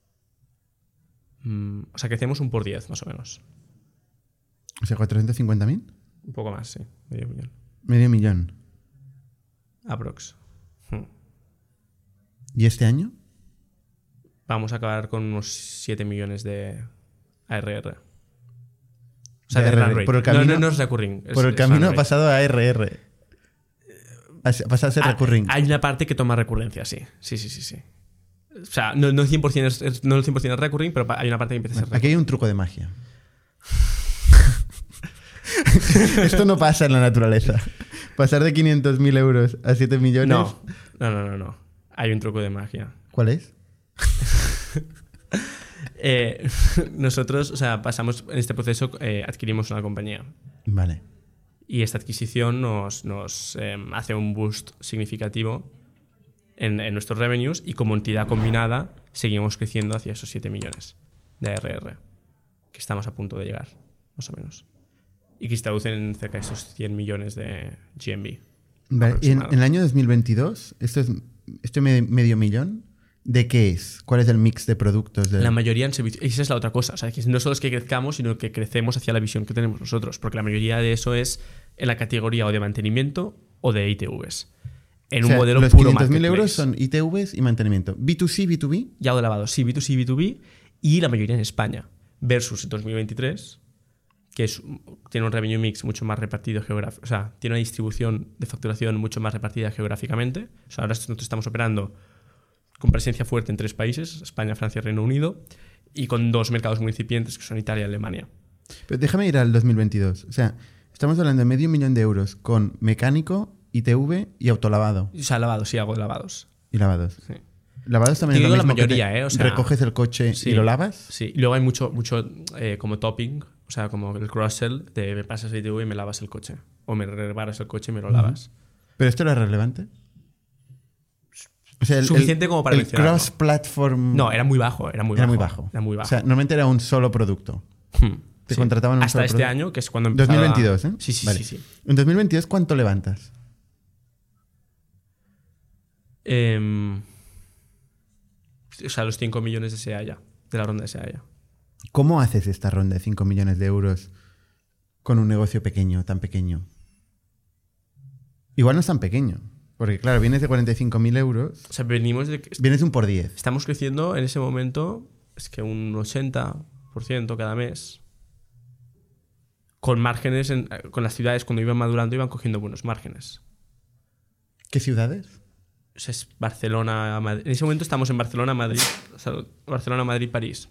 Speaker 1: mm, o sea, crecemos un por diez, más o menos.
Speaker 2: O sea, cuatrocientos cincuenta mil.
Speaker 1: Un poco más, sí. Medio millón.
Speaker 2: Medio millón.
Speaker 1: Aprox. Hmm.
Speaker 2: ¿Y este año?
Speaker 1: Vamos a acabar con unos siete millones de A R R. O sea,
Speaker 2: De
Speaker 1: de
Speaker 2: R R.
Speaker 1: run rate.
Speaker 2: Por el
Speaker 1: No,
Speaker 2: camino-
Speaker 1: no, no es recurring. es-
Speaker 2: Por el
Speaker 1: es
Speaker 2: camino
Speaker 1: run
Speaker 2: ha
Speaker 1: rate.
Speaker 2: pasado a R R. Ha ha pasado a ser
Speaker 1: Ah,
Speaker 2: recurring.
Speaker 1: Hay una parte que toma recurrencia, sí. Sí, sí, sí, sí. O sea, no, no, cien por ciento es, es- no el cien por ciento es recurring, pero pa- hay una parte que empieza a ser
Speaker 2: Aquí hay un truco de magia. Esto no pasa en la naturaleza. Pasar de quinientos mil euros a siete millones.
Speaker 1: No, no, no, no, no. Hay un truco de magia.
Speaker 2: ¿Cuál es?
Speaker 1: Eh, nosotros, o sea, pasamos en este proceso, eh, adquirimos una compañía.
Speaker 2: Vale.
Speaker 1: Y esta adquisición nos, nos eh, hace un boost significativo en, en nuestros revenues y como entidad combinada seguimos creciendo hacia esos siete millones de A R R, que estamos a punto de llegar, más o menos. Y que se traducen en cerca de esos cien millones de G M V.
Speaker 2: Vale. Y en,
Speaker 1: aproximado.
Speaker 2: en el año dos mil veintidós, esto es este me- medio millón, ¿de qué es? ¿Cuál es el mix de productos? De...
Speaker 1: La mayoría en servicios. Esa es la otra cosa. O sea, que no solo es que crezcamos, sino que crecemos hacia la visión que tenemos nosotros. Porque la mayoría de eso es en la categoría o de mantenimiento o de I T Vs. En
Speaker 2: O sea,
Speaker 1: un modelo
Speaker 2: los
Speaker 1: puro
Speaker 2: quinientos mil euros
Speaker 1: marketplace.
Speaker 2: son I T Vs y mantenimiento. B dos C, B dos B.
Speaker 1: Ya de lavado, sí, B dos C, B dos B. Y la mayoría en España. Versus en dos mil veintitrés, que es, tiene un revenue mix mucho más repartido geográficamente. O sea, tiene una distribución de facturación mucho más repartida geográficamente. O sea, ahora nosotros estamos operando con presencia fuerte en tres países, España, Francia y Reino Unido, y con dos mercados muy incipientes que son Italia y Alemania.
Speaker 2: Pero déjame ir al dos mil veintidós. O sea, estamos hablando de medio millón de euros con mecánico, I T V y autolavado.
Speaker 1: O sea, lavados, sí, hago de lavados.
Speaker 2: Y lavados.
Speaker 1: Sí.
Speaker 2: Lavados también
Speaker 1: Te
Speaker 2: es lo
Speaker 1: digo la
Speaker 2: mismo que
Speaker 1: mayoría,
Speaker 2: te-
Speaker 1: ¿eh? O sea,
Speaker 2: recoges el coche
Speaker 1: Sí.
Speaker 2: y lo lavas.
Speaker 1: Sí, y luego hay mucho, mucho eh, como topping, o sea, como el cross-sell de me pasas el I T V y me lavas el coche. O me reparas el coche y me lo lavas.
Speaker 2: Pero esto era relevante. O sea, el,
Speaker 1: Suficiente
Speaker 2: el-
Speaker 1: como para
Speaker 2: el
Speaker 1: mencionarlo.
Speaker 2: cross-platform
Speaker 1: No, era muy bajo, era muy
Speaker 2: era
Speaker 1: bajo.
Speaker 2: muy bajo.
Speaker 1: Era muy bajo.
Speaker 2: O sea, normalmente era un solo producto.
Speaker 1: Hmm.
Speaker 2: Te
Speaker 1: Sí.
Speaker 2: contrataban un
Speaker 1: Hasta
Speaker 2: solo
Speaker 1: este
Speaker 2: producto.
Speaker 1: año, que es cuando empezaba...
Speaker 2: dos mil veintidós, ¿eh?
Speaker 1: Sí, sí,
Speaker 2: Vale.
Speaker 1: sí, sí.
Speaker 2: En dos mil veintidós, ¿cuánto levantas?
Speaker 1: Em, o sea, los cinco millones de S E A ya, de la ronda de S E A ya.
Speaker 2: ¿Cómo haces esta ronda de cinco millones de euros con un negocio pequeño, tan pequeño? Igual no es tan pequeño. Porque claro, vienes de cuarenta y cinco mil euros,
Speaker 1: O sea, venimos de... que
Speaker 2: vienes de un por diez.
Speaker 1: estamos creciendo en ese momento, es que un ochenta por ciento cada mes. Con márgenes, en, con las ciudades cuando iban madurando iban cogiendo buenos márgenes.
Speaker 2: ¿Qué ciudades?
Speaker 1: O sea, es Barcelona, Madrid. En ese momento estamos en Barcelona, Madrid. O sea, Barcelona, Madrid, París.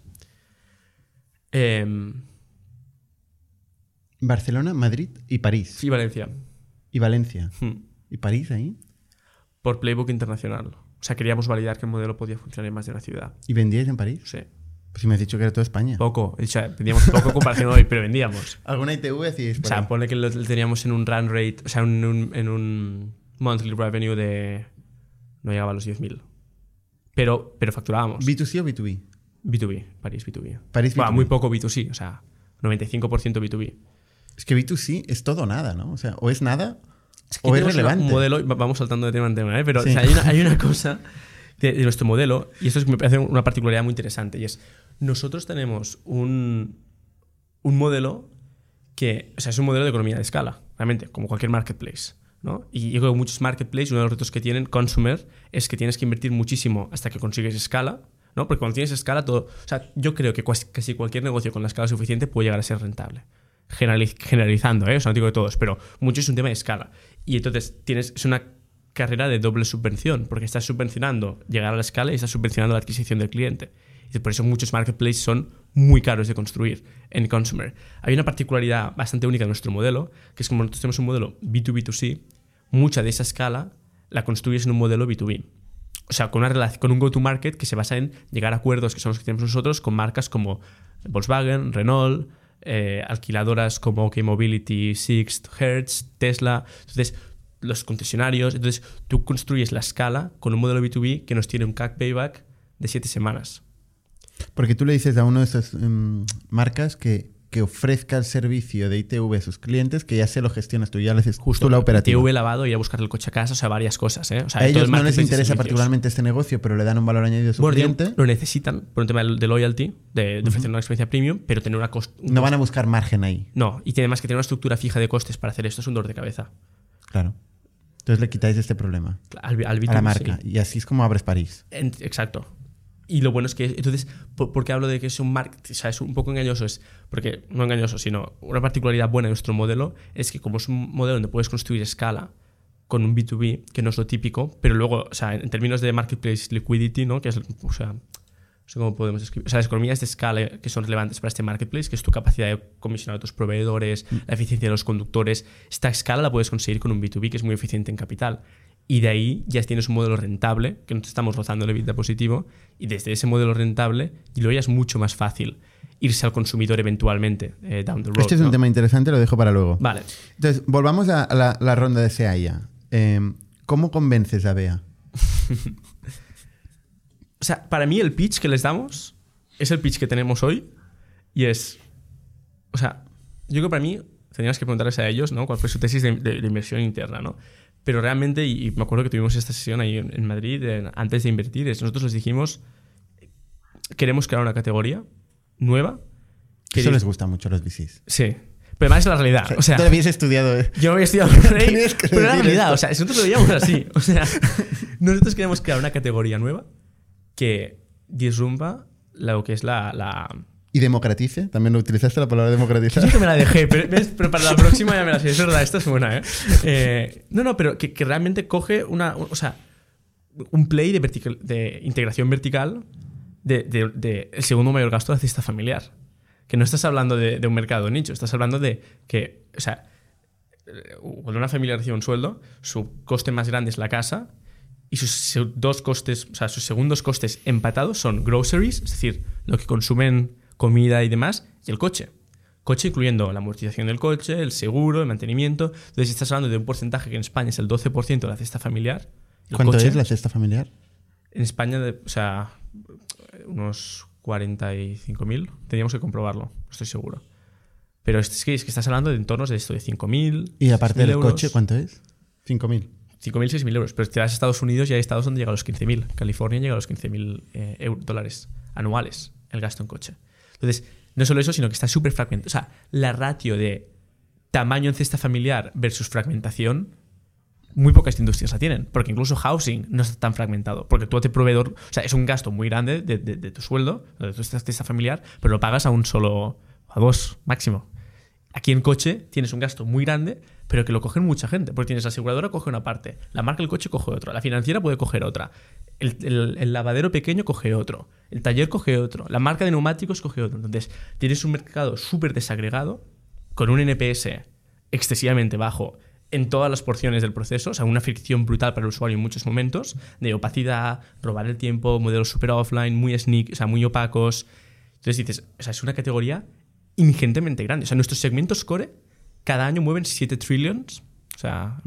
Speaker 1: Eh,
Speaker 2: Barcelona, Madrid y París.
Speaker 1: sí, Valencia.
Speaker 2: Y Valencia.
Speaker 1: Hmm.
Speaker 2: ¿Y París ahí?
Speaker 1: Por Playbook Internacional. O sea, queríamos validar que el modelo podía funcionar en más de una ciudad.
Speaker 2: ¿Y vendíais en París?
Speaker 1: Sí.
Speaker 2: Pues si me has dicho que era toda España.
Speaker 1: Poco. O sea, vendíamos poco en comparación hoy, pero vendíamos.
Speaker 2: ¿Alguna I T V hacíais
Speaker 1: O
Speaker 2: por
Speaker 1: sea,
Speaker 2: ahí?
Speaker 1: ponle que lo teníamos en un run rate, o sea, en un, en un monthly revenue de... No llegaba a los diez mil. Pero, pero facturábamos.
Speaker 2: ¿B dos C o B dos B?
Speaker 1: B dos B, París B dos B.
Speaker 2: París
Speaker 1: Bueno,
Speaker 2: B dos B.
Speaker 1: muy poco B dos C, o sea, noventa y cinco por ciento B dos B.
Speaker 2: Es que B dos C es todo o nada, ¿no? O sea, o es nada
Speaker 1: Es
Speaker 2: o es
Speaker 1: tenemos
Speaker 2: relevante.
Speaker 1: Un modelo, vamos saltando de tema en tema, ¿eh? Pero
Speaker 2: Sí.
Speaker 1: o sea, hay, una, hay una cosa de, de nuestro modelo, y esto es, me parece una particularidad muy interesante, y es, nosotros tenemos un, un modelo que, o sea, es un modelo de economía de escala, realmente, como cualquier marketplace, ¿no? Y yo creo que muchos marketplaces, uno de los retos que tienen consumer es que tienes que invertir muchísimo hasta que consigues escala, ¿no? Porque cuando tienes escala, todo... O sea, yo creo que casi cualquier negocio con la escala suficiente puede llegar a ser rentable. Generaliz- generalizando, ¿eh? O sea, no digo de todos, pero mucho es un tema de escala. Y entonces tienes, es una carrera de doble subvención, porque estás subvencionando llegar a la escala y estás subvencionando la adquisición del cliente. Y por eso muchos marketplaces son muy caros de construir en consumer. Hay una particularidad bastante única de nuestro modelo, que es como nosotros tenemos un modelo B dos B dos C, mucha de esa escala la construyes en un modelo B dos B. O sea, con, una relación, con un go-to-market que se basa en llegar a acuerdos que son los que tenemos nosotros con marcas como Volkswagen, Renault, eh, alquiladoras como OK Mobility, Sixt, Hertz, Tesla. Entonces, los concesionarios. Entonces, tú construyes la escala con un modelo B dos B que nos tiene un C A C payback de siete semanas.
Speaker 2: Porque tú le dices a uno de esas um, marcas que, que ofrezca el servicio de I T V a sus clientes, que ya se lo gestionas tú, ya le haces
Speaker 1: Justo
Speaker 2: tú la operativa.
Speaker 1: I T V lavado, ir a buscar el coche a casa, o sea, varias cosas. ¿eh? O sea,
Speaker 2: A
Speaker 1: todo
Speaker 2: ellos
Speaker 1: el
Speaker 2: no les
Speaker 1: marketplace de
Speaker 2: interesa
Speaker 1: servicios.
Speaker 2: particularmente este negocio, pero le dan un valor añadido a su
Speaker 1: Bueno,
Speaker 2: cliente.
Speaker 1: digo, lo necesitan por un tema de loyalty, de, de ofrecer una experiencia premium, pero tener una cost- un
Speaker 2: No van a buscar margen ahí.
Speaker 1: No, y tiene más que tener una estructura fija de costes para hacer esto, es un dolor de cabeza.
Speaker 2: Claro. Entonces le quitáis este problema
Speaker 1: Al, al B dos B,
Speaker 2: a la marca.
Speaker 1: sí.
Speaker 2: Y así es como abres París.
Speaker 1: En- exacto. Y lo bueno es que, entonces, ¿por, por qué hablo de que es un marketing? O sea, es un poco engañoso, es porque, no engañoso, sino una particularidad buena de nuestro modelo es que como es un modelo donde puedes construir escala con un B dos B, que no es lo típico, pero luego, o sea, en términos de marketplace liquidity, ¿no? Que es, o sea, no sé cómo podemos escribir. O sea, las economías de escala que son relevantes para este marketplace, que es tu capacidad de comisionar a tus proveedores, mm. la eficiencia de los conductores. Esta escala la puedes conseguir con un B dos B que es muy eficiente en capital. Y de ahí ya tienes un modelo rentable, que no te estamos rozando el EBITDA positivo, y desde ese modelo rentable, y luego ya es mucho más fácil irse al consumidor eventualmente, eh, down the road.
Speaker 2: Este es
Speaker 1: ¿no?
Speaker 2: un tema interesante, lo dejo para luego.
Speaker 1: Vale.
Speaker 2: Entonces, volvamos a, a la, la ronda de Seaya. Eh, ¿Cómo convences a Bea?
Speaker 1: O sea, para mí el pitch que les damos es el pitch que tenemos hoy, y es... O sea, yo creo que para mí teníamos que preguntarles a ellos, ¿no? Cuál fue su tesis de, de, de inversión interna, ¿no? Pero realmente, y me acuerdo que tuvimos esta sesión ahí en, en Madrid, en, antes de invertir, es, nosotros les dijimos, queremos crear una categoría nueva.
Speaker 2: Eso les gusta mucho a los V Cs.
Speaker 1: Sí. Pero además es la realidad. O sea,
Speaker 2: tú habías estudiado. ¿eh?
Speaker 1: Yo había estudiado por ahí,
Speaker 2: Tenías que
Speaker 1: pero era la
Speaker 2: decir
Speaker 1: realidad.
Speaker 2: esto.
Speaker 1: O sea, nosotros lo veíamos así. O sea, nosotros queremos crear una categoría nueva que disrumpa lo que es la... la
Speaker 2: ¿Y democratice? ¿También lo utilizaste la palabra democratizar?
Speaker 1: Yo que me la dejé, pero, ¿ves? Pero para la próxima ya me la sé. Es verdad, esta es buena, ¿eh? eh no, no, pero que, que realmente coge una... O sea, un play de, vertical, de integración vertical del de, de el segundo mayor gasto de la cesta familiar. Que no estás hablando de, de un mercado nicho, estás hablando de que... O sea, cuando una familia recibe un sueldo, su coste más grande es la casa y sus dos costes, o sea, sus segundos costes empatados son groceries, es decir, lo que consumen... comida y demás, y el coche. Coche incluyendo la amortización del coche, el seguro, el mantenimiento. Entonces estás hablando de un porcentaje que en España es el doce por ciento de la cesta familiar.
Speaker 2: ¿Cuánto
Speaker 1: coche,
Speaker 2: es la cesta familiar?
Speaker 1: En España, de, o sea, unos cuarenta y cinco mil. Teníamos que comprobarlo, no estoy seguro. Pero es que, es que estás hablando de entornos de esto, de cinco mil.
Speaker 2: ¿Y aparte del
Speaker 1: euros.
Speaker 2: coche, cuánto es? cinco mil.
Speaker 1: cinco mil, seis mil euros. Pero te vas a Estados Unidos y hay estados donde llega a los quince mil. California llega a los quince mil eh, dólares anuales el gasto en coche. Entonces, no solo eso, sino que está súper fragmentado. O sea, la ratio de tamaño en cesta familiar versus fragmentación muy pocas industrias la tienen, porque incluso housing no está tan fragmentado, porque tú a tu proveedor, o sea, es un gasto muy grande de, de, de tu sueldo, de tu estrategia familiar, pero lo pagas a un solo, a dos máximo. Aquí en coche tienes un gasto muy grande, pero que lo cogen mucha gente, porque tienes la aseguradora coge una parte, la marca del coche coge otra, la financiera puede coger otra, el, el, el lavadero pequeño coge otro, el taller coge otro, la marca de neumáticos coge otro. Entonces tienes un mercado súper desagregado, con un N P S excesivamente bajo en todas las porciones del proceso, o sea, una fricción brutal para el usuario en muchos momentos, de opacidad, robar el tiempo, modelos super offline, muy sneak, o sea, muy opacos. Entonces dices, o sea, es una categoría ingentemente grande. O sea, nuestros segmentos core cada año mueven siete trillions, o sea,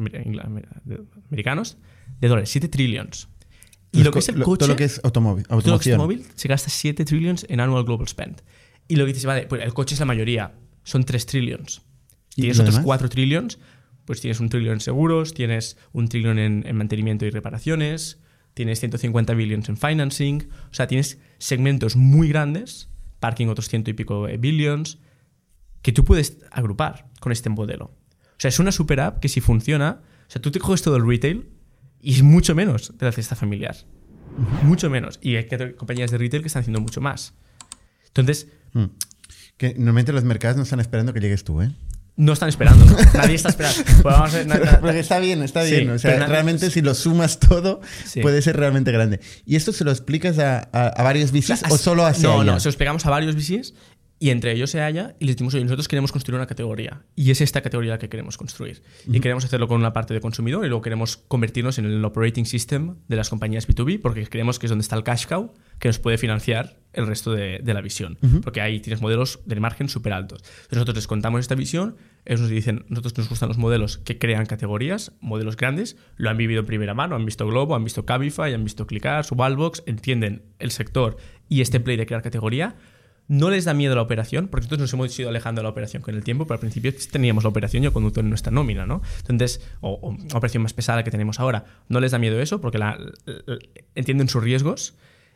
Speaker 1: americanos, de dólares, siete trillions. Y
Speaker 2: Los
Speaker 1: lo que es el
Speaker 2: lo,
Speaker 1: coche,
Speaker 2: todo lo que es automóvil,
Speaker 1: todo lo que es
Speaker 2: automoción.
Speaker 1: automóvil se gasta siete trillions en annual global spend. Y lo que dices, vale, pues el coche es la mayoría, son tres trillions.
Speaker 2: ¿Y
Speaker 1: Tienes
Speaker 2: lo
Speaker 1: otros
Speaker 2: demás?
Speaker 1: cuatro trillions, pues tienes un trillón en seguros, tienes un trillón en, en mantenimiento y reparaciones, tienes ciento cincuenta billions en financing, o sea, tienes segmentos muy grandes, parking otros ciento y pico billions, que tú puedes agrupar con este modelo. O sea, es una super app que si funciona, o sea, tú te coges todo el retail y es mucho menos de la cesta familiar. Uh-huh. Mucho menos. Y hay compañías de retail que están haciendo mucho más. Entonces...
Speaker 2: Hmm. Que normalmente los mercados no están esperando que llegues tú, ¿eh?
Speaker 1: No están esperando, ¿no? Nadie está esperando. Pues vamos a ver, na, na,
Speaker 2: Porque está bien, está
Speaker 1: sí,
Speaker 2: bien. O sea,
Speaker 1: na,
Speaker 2: realmente si lo sumas todo,
Speaker 1: sí.
Speaker 2: puede ser realmente grande. ¿Y esto se lo explicas a, a, a varios V Cs o, sea, o solo a
Speaker 1: No, no, se lo explicamos a varios V Cs y entre ellos se halla y les decimos, oye, nosotros queremos construir una categoría y es esta categoría la que queremos construir. Uh-huh. Y queremos hacerlo con una parte de consumidor y luego queremos convertirnos en el operating system de las compañías B dos B porque creemos que es donde está el cash cow que nos puede financiar el resto de, de la visión. Uh-huh. Porque ahí tienes modelos de margen súper altos. Entonces nosotros les contamos esta visión, ellos nos dicen, nosotros nos gustan los modelos que crean categorías, modelos grandes, lo han vivido en primera mano, han visto Globo, han visto Cabify, han visto Clicars, Wallbox, entienden el sector y este play de crear categoría. No les da miedo la operación, porque nosotros nos hemos ido alejando de la operación con el tiempo, pero al principio teníamos la operación y el conductor en nuestra nómina, ¿no? Entonces, o, o una operación más pesada que tenemos ahora. No les da miedo eso, porque la, la, la, entienden sus riesgos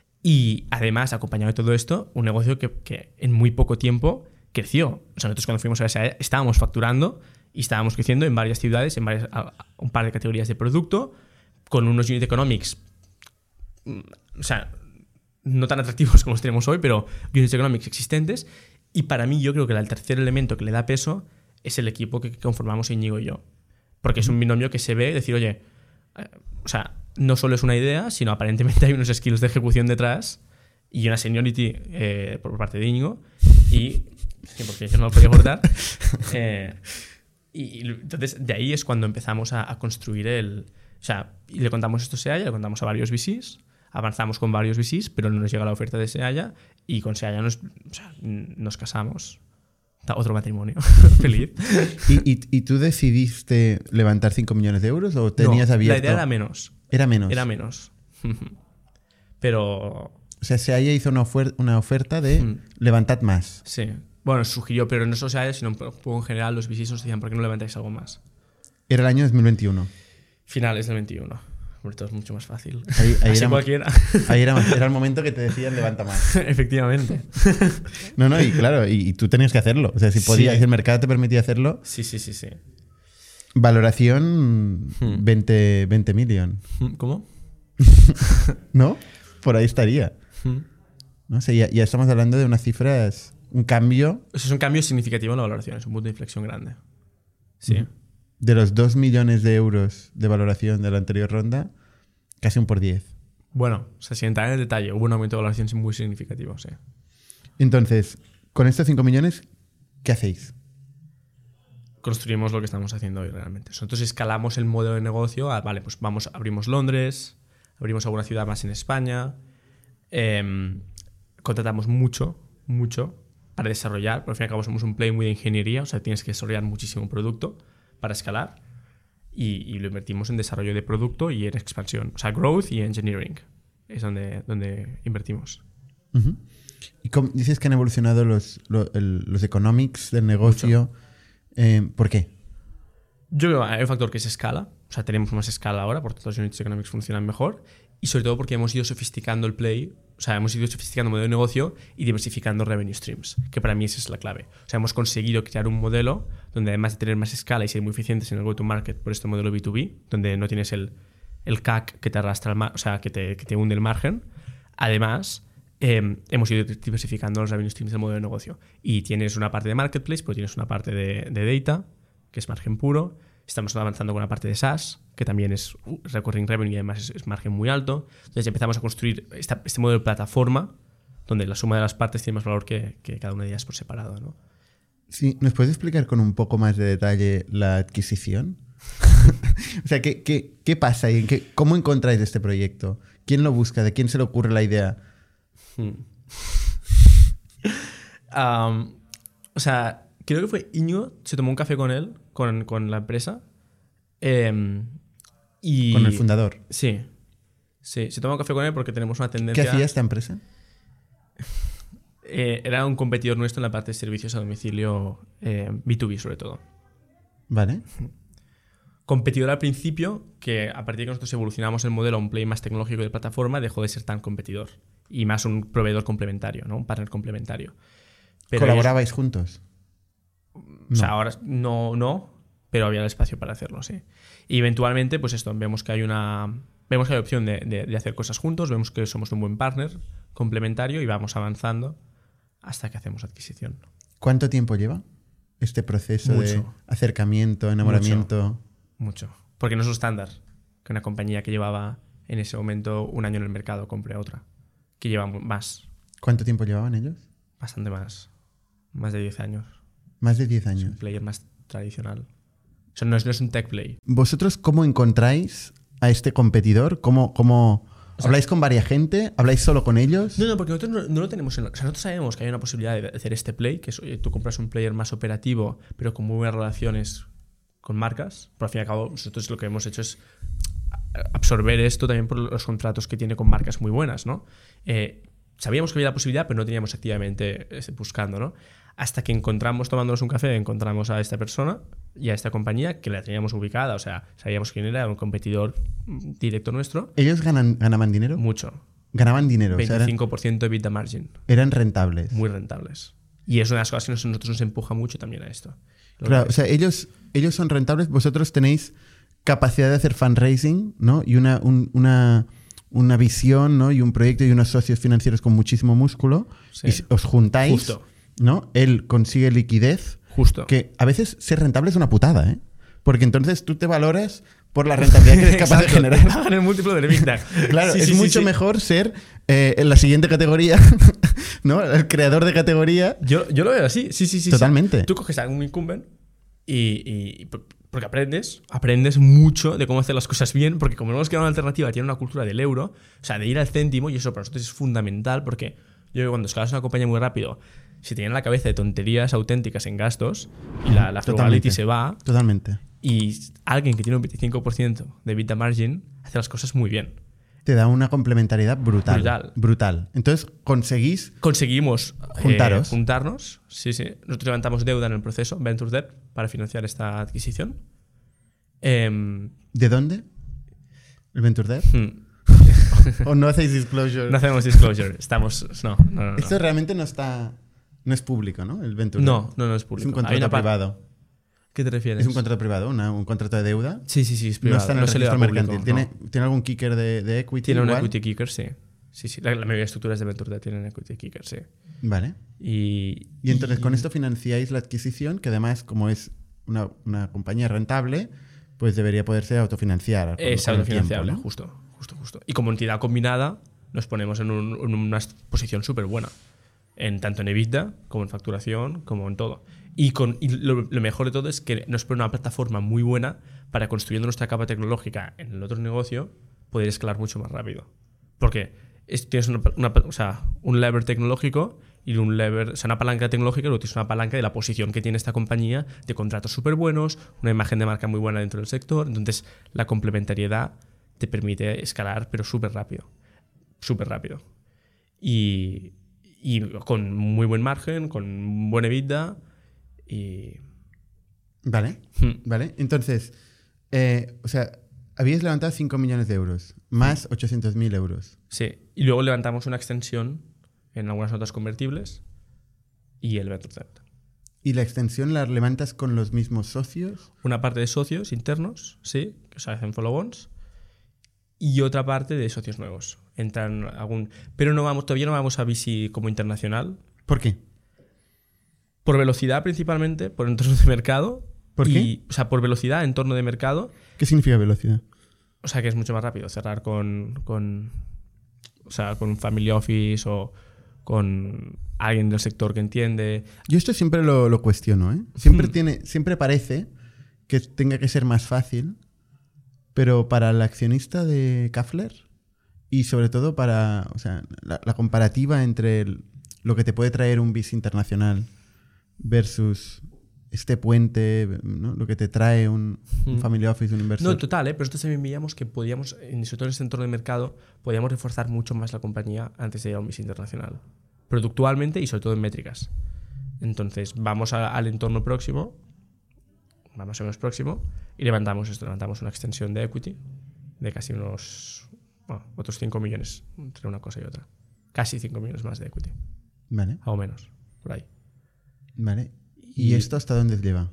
Speaker 1: y además, acompañado de todo esto, un negocio que, que en muy poco tiempo creció. O sea, nosotros cuando fuimos a la S A E estábamos facturando y estábamos creciendo en varias ciudades, en varias, a, a un par de categorías de producto, con unos unit economics, o sea, no tan atractivos como los tenemos hoy, pero unit economics existentes. Y para mí yo creo que el tercer elemento que le da peso es el equipo que conformamos Íñigo y yo. Porque es un binomio que se ve, decir, oye, eh, o sea, no solo es una idea, sino aparentemente hay unos skills de ejecución detrás y una seniority eh, por parte de Íñigo. Y, porque yo no lo podía abordar. eh, y, y entonces de ahí es cuando empezamos a, a construir el... O sea, y le contamos esto a Seaya, le contamos a varios V Cs, avanzamos con varios V Cs, pero no nos llega la oferta de Seaya y con Seaya nos, o sea, nos casamos. Otro matrimonio. Feliz.
Speaker 2: ¿Y, y, ¿Y tú decidiste levantar cinco millones de euros o tenías
Speaker 1: no,
Speaker 2: abierto?
Speaker 1: La idea era menos.
Speaker 2: Era menos.
Speaker 1: Era menos. Pero...
Speaker 2: O sea, Seaya hizo una, ofer- una oferta de mm. levantad más.
Speaker 1: Sí. Bueno, sugirió, pero no solo Seaya, sino un poco en general los V Cs nos decían, ¿por qué no levantáis algo más?
Speaker 2: Era el año dos mil veintiuno. Finales
Speaker 1: del veintiuno. Esto es mucho más fácil.
Speaker 2: Ahí, ahí
Speaker 1: Así
Speaker 2: era,
Speaker 1: cualquiera.
Speaker 2: Ahí era, era el momento que te decían levanta más.
Speaker 1: Efectivamente.
Speaker 2: No, no, y claro, y, y tú tenías que hacerlo. O sea, si podías, sí. si el mercado te permitía hacerlo.
Speaker 1: Sí, sí, sí, sí.
Speaker 2: Valoración hmm. veinte, veinte millones.
Speaker 1: ¿Cómo?
Speaker 2: ¿No? Por ahí estaría. Hmm. No sé, ya, ya estamos hablando de unas cifras, un cambio.
Speaker 1: Eso es un cambio significativo en la valoración, es un punto de inflexión grande. Sí. Hmm.
Speaker 2: De los dos millones de euros de valoración de la anterior ronda, casi un por diez.
Speaker 1: Bueno, o sea, sin entrar en el detalle, hubo un aumento de valoración muy significativo, sí.
Speaker 2: Entonces, con estos cinco millones, ¿qué hacéis?
Speaker 1: Construimos lo que estamos haciendo hoy realmente. Nosotros escalamos el modelo de negocio a, vale, pues vamos, abrimos Londres, abrimos alguna ciudad más en España, eh, contratamos mucho, mucho para desarrollar, porque al fin y al cabo somos un play muy de ingeniería, o sea, tienes que desarrollar muchísimo producto para escalar y, y lo invertimos en desarrollo de producto y en expansión. O sea, growth y engineering es donde, donde invertimos.
Speaker 2: Uh-huh. ¿Y cómo dices que han evolucionado los, los, el, los economics del negocio? Eh, ¿Por qué?
Speaker 1: Yo creo que hay un factor que es escala. O sea, tenemos más escala ahora, por tanto los unit economics funcionan mejor. Y sobre todo porque hemos ido sofisticando el play, o sea, hemos ido sofisticando el modelo de negocio y diversificando revenue streams, que para mí esa es la clave. O sea, hemos conseguido crear un modelo donde además de tener más escala y ser muy eficientes en el go-to-market por este modelo B dos B, donde no tienes el, el C A C que te arrastra, el o sea, que te, que te hunde el margen, además eh, hemos ido diversificando los revenue streams del modelo de negocio. Y tienes una parte de marketplace, pero tienes una parte de, de data, que es margen puro. Estamos avanzando con la parte de SaaS, que también es recurring revenue y además es, es margen muy alto. Entonces empezamos a construir esta, este modelo de plataforma donde la suma de las partes tiene más valor que, que cada una de ellas por separado, ¿no?
Speaker 2: Sí, ¿nos puedes explicar con un poco más de detalle la adquisición? O sea, ¿qué, qué, qué pasa y en qué, cómo encontráis este proyecto? ¿Quién lo busca? ¿De quién se le ocurre la idea?
Speaker 1: Hmm. um, o sea, creo que fue Íñigo, se tomó un café con él, con, con la empresa. Eh, y,
Speaker 2: ¿Con el fundador?
Speaker 1: Sí. Sí, se tomó un café con él porque tenemos una tendencia...
Speaker 2: ¿Qué hacía esta empresa?
Speaker 1: Eh, era un competidor nuestro en la parte de servicios a domicilio eh, B dos B sobre todo.
Speaker 2: Vale.
Speaker 1: Competidor al principio, que a partir de que nosotros evolucionamos el modelo a un play más tecnológico de plataforma, dejó de ser tan competidor y más un proveedor complementario, ¿no? Un partner complementario. Pero
Speaker 2: ¿Colaborabais ellos, juntos?
Speaker 1: O sea, no. ahora no, no, pero había el espacio para hacerlo, sí. Y eventualmente, pues esto, vemos que hay una... Vemos que hay opción de, de, de hacer cosas juntos, vemos que somos un buen partner complementario y vamos avanzando hasta que hacemos adquisición.
Speaker 2: ¿Cuánto tiempo lleva este proceso Mucho. de acercamiento, enamoramiento?
Speaker 1: Mucho. Mucho. Porque no es un estándar que una compañía que llevaba en ese momento un año en el mercado compre a otra, que lleva más.
Speaker 2: ¿Cuánto tiempo llevaban ellos?
Speaker 1: Bastante más. Más de diez años.
Speaker 2: Más de diez años.
Speaker 1: Es un player más tradicional. O sea, no es, no es un tech play.
Speaker 2: ¿Vosotros cómo encontráis a este competidor? ¿Cómo, cómo o sea, habláis con varias gente? ¿Habláis solo con ellos?
Speaker 1: No, no, porque nosotros no, no lo tenemos. En, o sea, nosotros sabemos que hay una posibilidad de hacer este play, que es, oye, tú compras un player más operativo, pero con muy buenas relaciones con marcas. Pero al fin y al cabo, nosotros lo que hemos hecho es absorber esto también por los contratos que tiene con marcas muy buenas, ¿no? Eh, sabíamos que había la posibilidad, pero no teníamos activamente buscando, ¿no? Hasta que encontramos, tomándonos un café, encontramos a esta persona y a esta compañía que la teníamos ubicada, o sea, sabíamos quién era, un competidor directo nuestro.
Speaker 2: ¿Ellos ganan, ganaban dinero?
Speaker 1: Mucho.
Speaker 2: Ganaban dinero.
Speaker 1: veinticinco por ciento de EBITDA margin.
Speaker 2: Eran rentables.
Speaker 1: Muy rentables. Y es una de las cosas que a nosotros nos empuja mucho también a esto. Lo
Speaker 2: claro, o sea, ellos, ellos son rentables, vosotros tenéis capacidad de hacer fundraising, ¿no? Y una, un, una, una visión, ¿no? Y un proyecto y unos socios financieros con muchísimo músculo. Sí. Y os juntáis.
Speaker 1: Justo.
Speaker 2: ¿No? Él consigue liquidez.
Speaker 1: Justo.
Speaker 2: Que a veces ser rentable es una putada, ¿eh? Porque entonces tú te valoras por la rentabilidad que eres capaz de generar.
Speaker 1: En el múltiplo del EBITDA.
Speaker 2: Claro,
Speaker 1: sí,
Speaker 2: es
Speaker 1: sí,
Speaker 2: mucho
Speaker 1: sí,
Speaker 2: mejor ser eh, en la siguiente categoría, ¿no? El creador de categoría.
Speaker 1: Yo, yo lo veo así, sí, sí, sí.
Speaker 2: Totalmente.
Speaker 1: Sí. Tú coges a un incumbent y, y... Porque aprendes, aprendes mucho de cómo hacer las cosas bien, porque como no nos queda una alternativa, tiene una cultura del euro, o sea, de ir al céntimo, y eso para nosotros es fundamental, porque yo creo que cuando escalas una compañía muy rápido, si te llenan la cabeza de tonterías auténticas en gastos y la, la frugality se va.
Speaker 2: Totalmente.
Speaker 1: Y alguien que tiene un veinticinco por ciento de EBITDA margin hace las cosas muy bien.
Speaker 2: Te da una complementariedad brutal.
Speaker 1: Brutal.
Speaker 2: Brutal. Entonces, conseguís...
Speaker 1: Conseguimos
Speaker 2: juntaros.
Speaker 1: Eh, juntarnos. Sí, sí. Nosotros levantamos deuda en el proceso, Venture Debt, para financiar esta adquisición. Eh,
Speaker 2: ¿De dónde? ¿El Venture Debt?
Speaker 1: Hmm.
Speaker 2: ¿O no hacéis disclosure?
Speaker 1: No hacemos disclosure. Estamos... No, no, no. no.
Speaker 2: Esto realmente no está... No es público, ¿no? El Venture
Speaker 1: No,
Speaker 2: Debt.
Speaker 1: no, no es público.
Speaker 2: Es un contrato privado.
Speaker 1: ¿Qué te refieres?
Speaker 2: Es un contrato privado, una, un contrato de deuda.
Speaker 1: Sí, sí, sí, es privado.
Speaker 2: No está en el
Speaker 1: no
Speaker 2: registro mercantil.
Speaker 1: Público,
Speaker 2: ¿Tiene,
Speaker 1: no.
Speaker 2: ¿Tiene algún kicker de, de equity?
Speaker 1: Tiene un
Speaker 2: igual?
Speaker 1: equity kicker, sí. Sí, sí. La, la mayoría de estructuras de Venture Debt tienen equity kicker, sí.
Speaker 2: Vale.
Speaker 1: Y,
Speaker 2: y entonces
Speaker 1: y...
Speaker 2: con esto financiáis la adquisición, que además, como es una, una compañía rentable, pues debería poderse autofinanciar.
Speaker 1: Es autofinanciable, tiempo, ¿no? justo, justo, justo. Y como entidad combinada nos ponemos en, un, en una posición súper buena. En, tanto en EBITDA, como en facturación, como en todo. Y, con, y lo, lo mejor de todo es que nos pone una plataforma muy buena para, construyendo nuestra capa tecnológica en el otro negocio, poder escalar mucho más rápido. Porque es, tienes una, una, o sea, un lever tecnológico y un lever, o sea, una palanca tecnológica, luego tienes una palanca de la posición que tiene esta compañía, de contratos súper buenos, una imagen de marca muy buena dentro del sector. Entonces, la complementariedad te permite escalar, pero súper rápido. Súper rápido. Y... Y con muy buen margen, con buen EBITDA y...
Speaker 2: Vale,
Speaker 1: hmm.
Speaker 2: vale. Entonces, Eh, o sea, habíais levantado cinco millones de euros, más ochocientos mil euros.
Speaker 1: Sí. Y luego levantamos una extensión en algunas notas convertibles y el Better Debt.
Speaker 2: ¿Y la extensión la levantas con los mismos socios?
Speaker 1: Una parte de socios internos, sí, que se hacen follow-ons, y otra parte de socios nuevos. Entran algún... Pero no vamos, todavía no vamos a V C como internacional.
Speaker 2: ¿Por qué?
Speaker 1: Por velocidad principalmente, por entorno de mercado.
Speaker 2: ¿Por
Speaker 1: y,
Speaker 2: qué?
Speaker 1: O sea, por velocidad, entorno de mercado.
Speaker 2: ¿Qué significa velocidad?
Speaker 1: O sea, que es mucho más rápido cerrar con, con, o sea, con un family office o con alguien del sector que entiende.
Speaker 2: Yo esto siempre lo, lo cuestiono, ¿eh? Siempre,
Speaker 1: Hmm.
Speaker 2: tiene, siempre parece que tenga que ser más fácil, pero para el accionista de Kafler y sobre todo para, o sea, la, la comparativa entre el- lo que te puede traer un V C internacional versus este puente, ¿no? Lo que te trae un, un
Speaker 1: Hmm.
Speaker 2: family office, un inversor.
Speaker 1: No, total, ¿eh? Pero nosotros también veíamos que podíamos, en- sobre todo en este entorno de mercado, podíamos reforzar mucho más la compañía antes de ir a un V C internacional. Productualmente y sobre todo en métricas. Entonces, vamos a- al entorno próximo, más o menos próximo, y levantamos esto, levantamos una extensión de equity de casi unos, bueno, otros cinco millones entre una cosa y otra. Casi cinco millones más de equity,
Speaker 2: Vale,
Speaker 1: algo menos, por ahí.
Speaker 2: vale. ¿Y,
Speaker 1: Y-
Speaker 2: esto hasta dónde os lleva?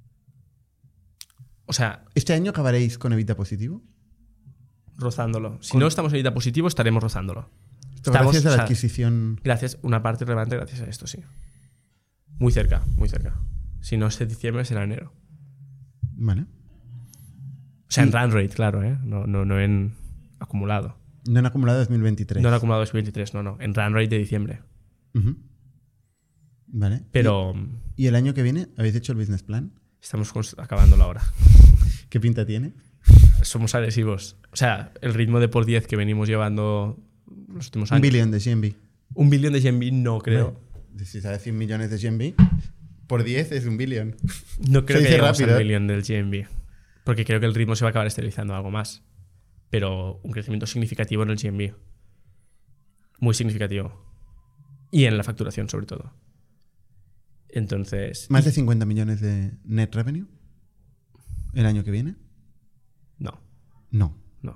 Speaker 1: O sea,
Speaker 2: ¿Este año acabaréis con EBITDA positivo?
Speaker 1: rozándolo. Si
Speaker 2: Con-
Speaker 1: no estamos en EBITDA positivo, estaremos rozándolo.
Speaker 2: Esto
Speaker 1: Estamos,
Speaker 2: gracias a la
Speaker 1: o sea,
Speaker 2: adquisición...
Speaker 1: Gracias, una parte relevante gracias a esto, sí. Muy cerca, muy cerca. Si no es de diciembre, será enero.
Speaker 2: Vale.
Speaker 1: O sea,
Speaker 2: Y-
Speaker 1: en run rate, claro, ¿eh? No, no, no en acumulado.
Speaker 2: No han acumulado dos mil veintitrés.
Speaker 1: No en acumulado dos mil veintitrés, no, no. En run rate de diciembre.
Speaker 2: Ujú. Vale.
Speaker 1: Pero
Speaker 2: ¿Y, y el año que viene habéis hecho el business plan?
Speaker 1: estamos cons- acabándolo ahora.
Speaker 2: ¿Qué pinta tiene?
Speaker 1: Somos agresivos. O sea, el ritmo de por diez que venimos llevando los últimos
Speaker 2: Un
Speaker 1: años.
Speaker 2: billón de G M B.
Speaker 1: Un billón de G M B no creo.
Speaker 2: Si sale cien millones de G M B, por diez es un billón.
Speaker 1: No creo
Speaker 2: Se
Speaker 1: que
Speaker 2: dice
Speaker 1: lleguemos
Speaker 2: rápido,
Speaker 1: al
Speaker 2: ¿eh?
Speaker 1: billón del G M B. Porque creo que el ritmo se va a acabar estabilizando algo más. Pero un crecimiento significativo en el G M B. Muy significativo. Y en la facturación, sobre todo. Entonces...
Speaker 2: ¿Más de cincuenta millones de net revenue el año que viene?
Speaker 1: No,
Speaker 2: No.
Speaker 1: no.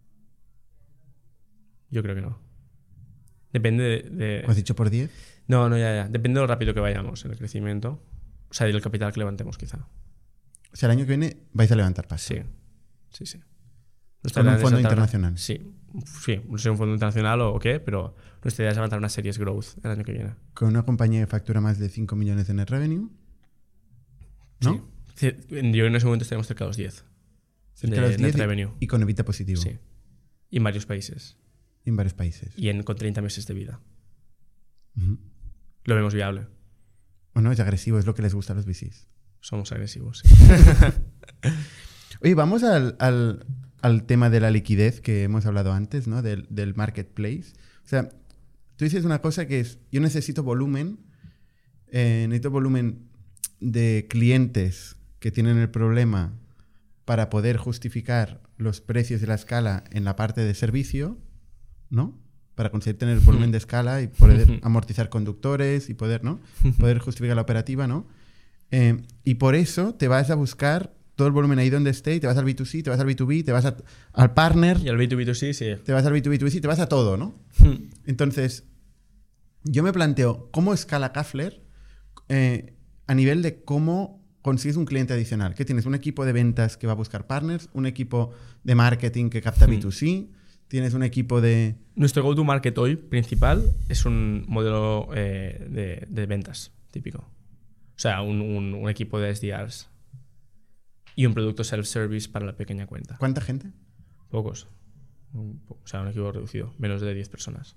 Speaker 1: Yo creo que no. Depende de... de-
Speaker 2: ¿Has dicho por diez?
Speaker 1: No, no, ya, ya. Depende de lo rápido que vayamos en el crecimiento. O sea, del capital que levantemos, quizá.
Speaker 2: O sea, el año que viene vais a levantar pasta.
Speaker 1: Sí, sí, sí.
Speaker 2: Con un
Speaker 1: idea es
Speaker 2: fondo
Speaker 1: levantar una-
Speaker 2: internacional.
Speaker 1: Sí, sí. No sé un fondo internacional o, o qué, pero nuestra idea es levantar unas series growth el año que viene.
Speaker 2: Con una compañía que factura más de cinco millones de net revenue. ¿No?
Speaker 1: Sí. Yo creo que en ese momento estaremos cerca de los diez.
Speaker 2: Cerca
Speaker 1: de
Speaker 2: de los
Speaker 1: net
Speaker 2: diez y-
Speaker 1: revenue.
Speaker 2: Y con EBITDA positivo.
Speaker 1: Sí. Y en varios países.
Speaker 2: En varios países.
Speaker 1: Y en, con treinta meses de vida.
Speaker 2: Ujú.
Speaker 1: Lo vemos viable.
Speaker 2: Bueno, es agresivo, es lo que les gusta a los V Cs.
Speaker 1: Somos agresivos. Sí.
Speaker 2: Oye, vamos al, al- al tema de la liquidez que hemos hablado antes, ¿no? Del, del marketplace. O sea, tú dices una cosa que es, yo necesito volumen, eh, necesito volumen de clientes que tienen el problema para poder justificar los precios de la escala en la parte de servicio, ¿no? Para conseguir tener el volumen de escala y poder amortizar conductores y poder, ¿no? Poder justificar la operativa, ¿no? Eh, y por eso te vas a buscar todo el volumen ahí donde esté y te vas al B dos C, te vas al B dos B, te vas a- al partner,
Speaker 1: Y el B dos B dos C, sí.
Speaker 2: te vas al B dos B dos C, te vas a todo, ¿no? Entonces, yo me planteo cómo escala Kafler eh, a nivel de cómo consigues un cliente adicional. ¿Qué tienes? Un equipo de ventas que va a buscar partners, un equipo de marketing que capta B dos C, tienes un equipo de...
Speaker 1: Nuestro go-to-market hoy principal es un modelo eh, de, de ventas típico. O sea, un, un- un equipo de S D Rs y un producto self-service para la pequeña cuenta.
Speaker 2: ¿Cuánta gente?
Speaker 1: Pocos. Un po- O sea, un equipo reducido. Menos de diez personas.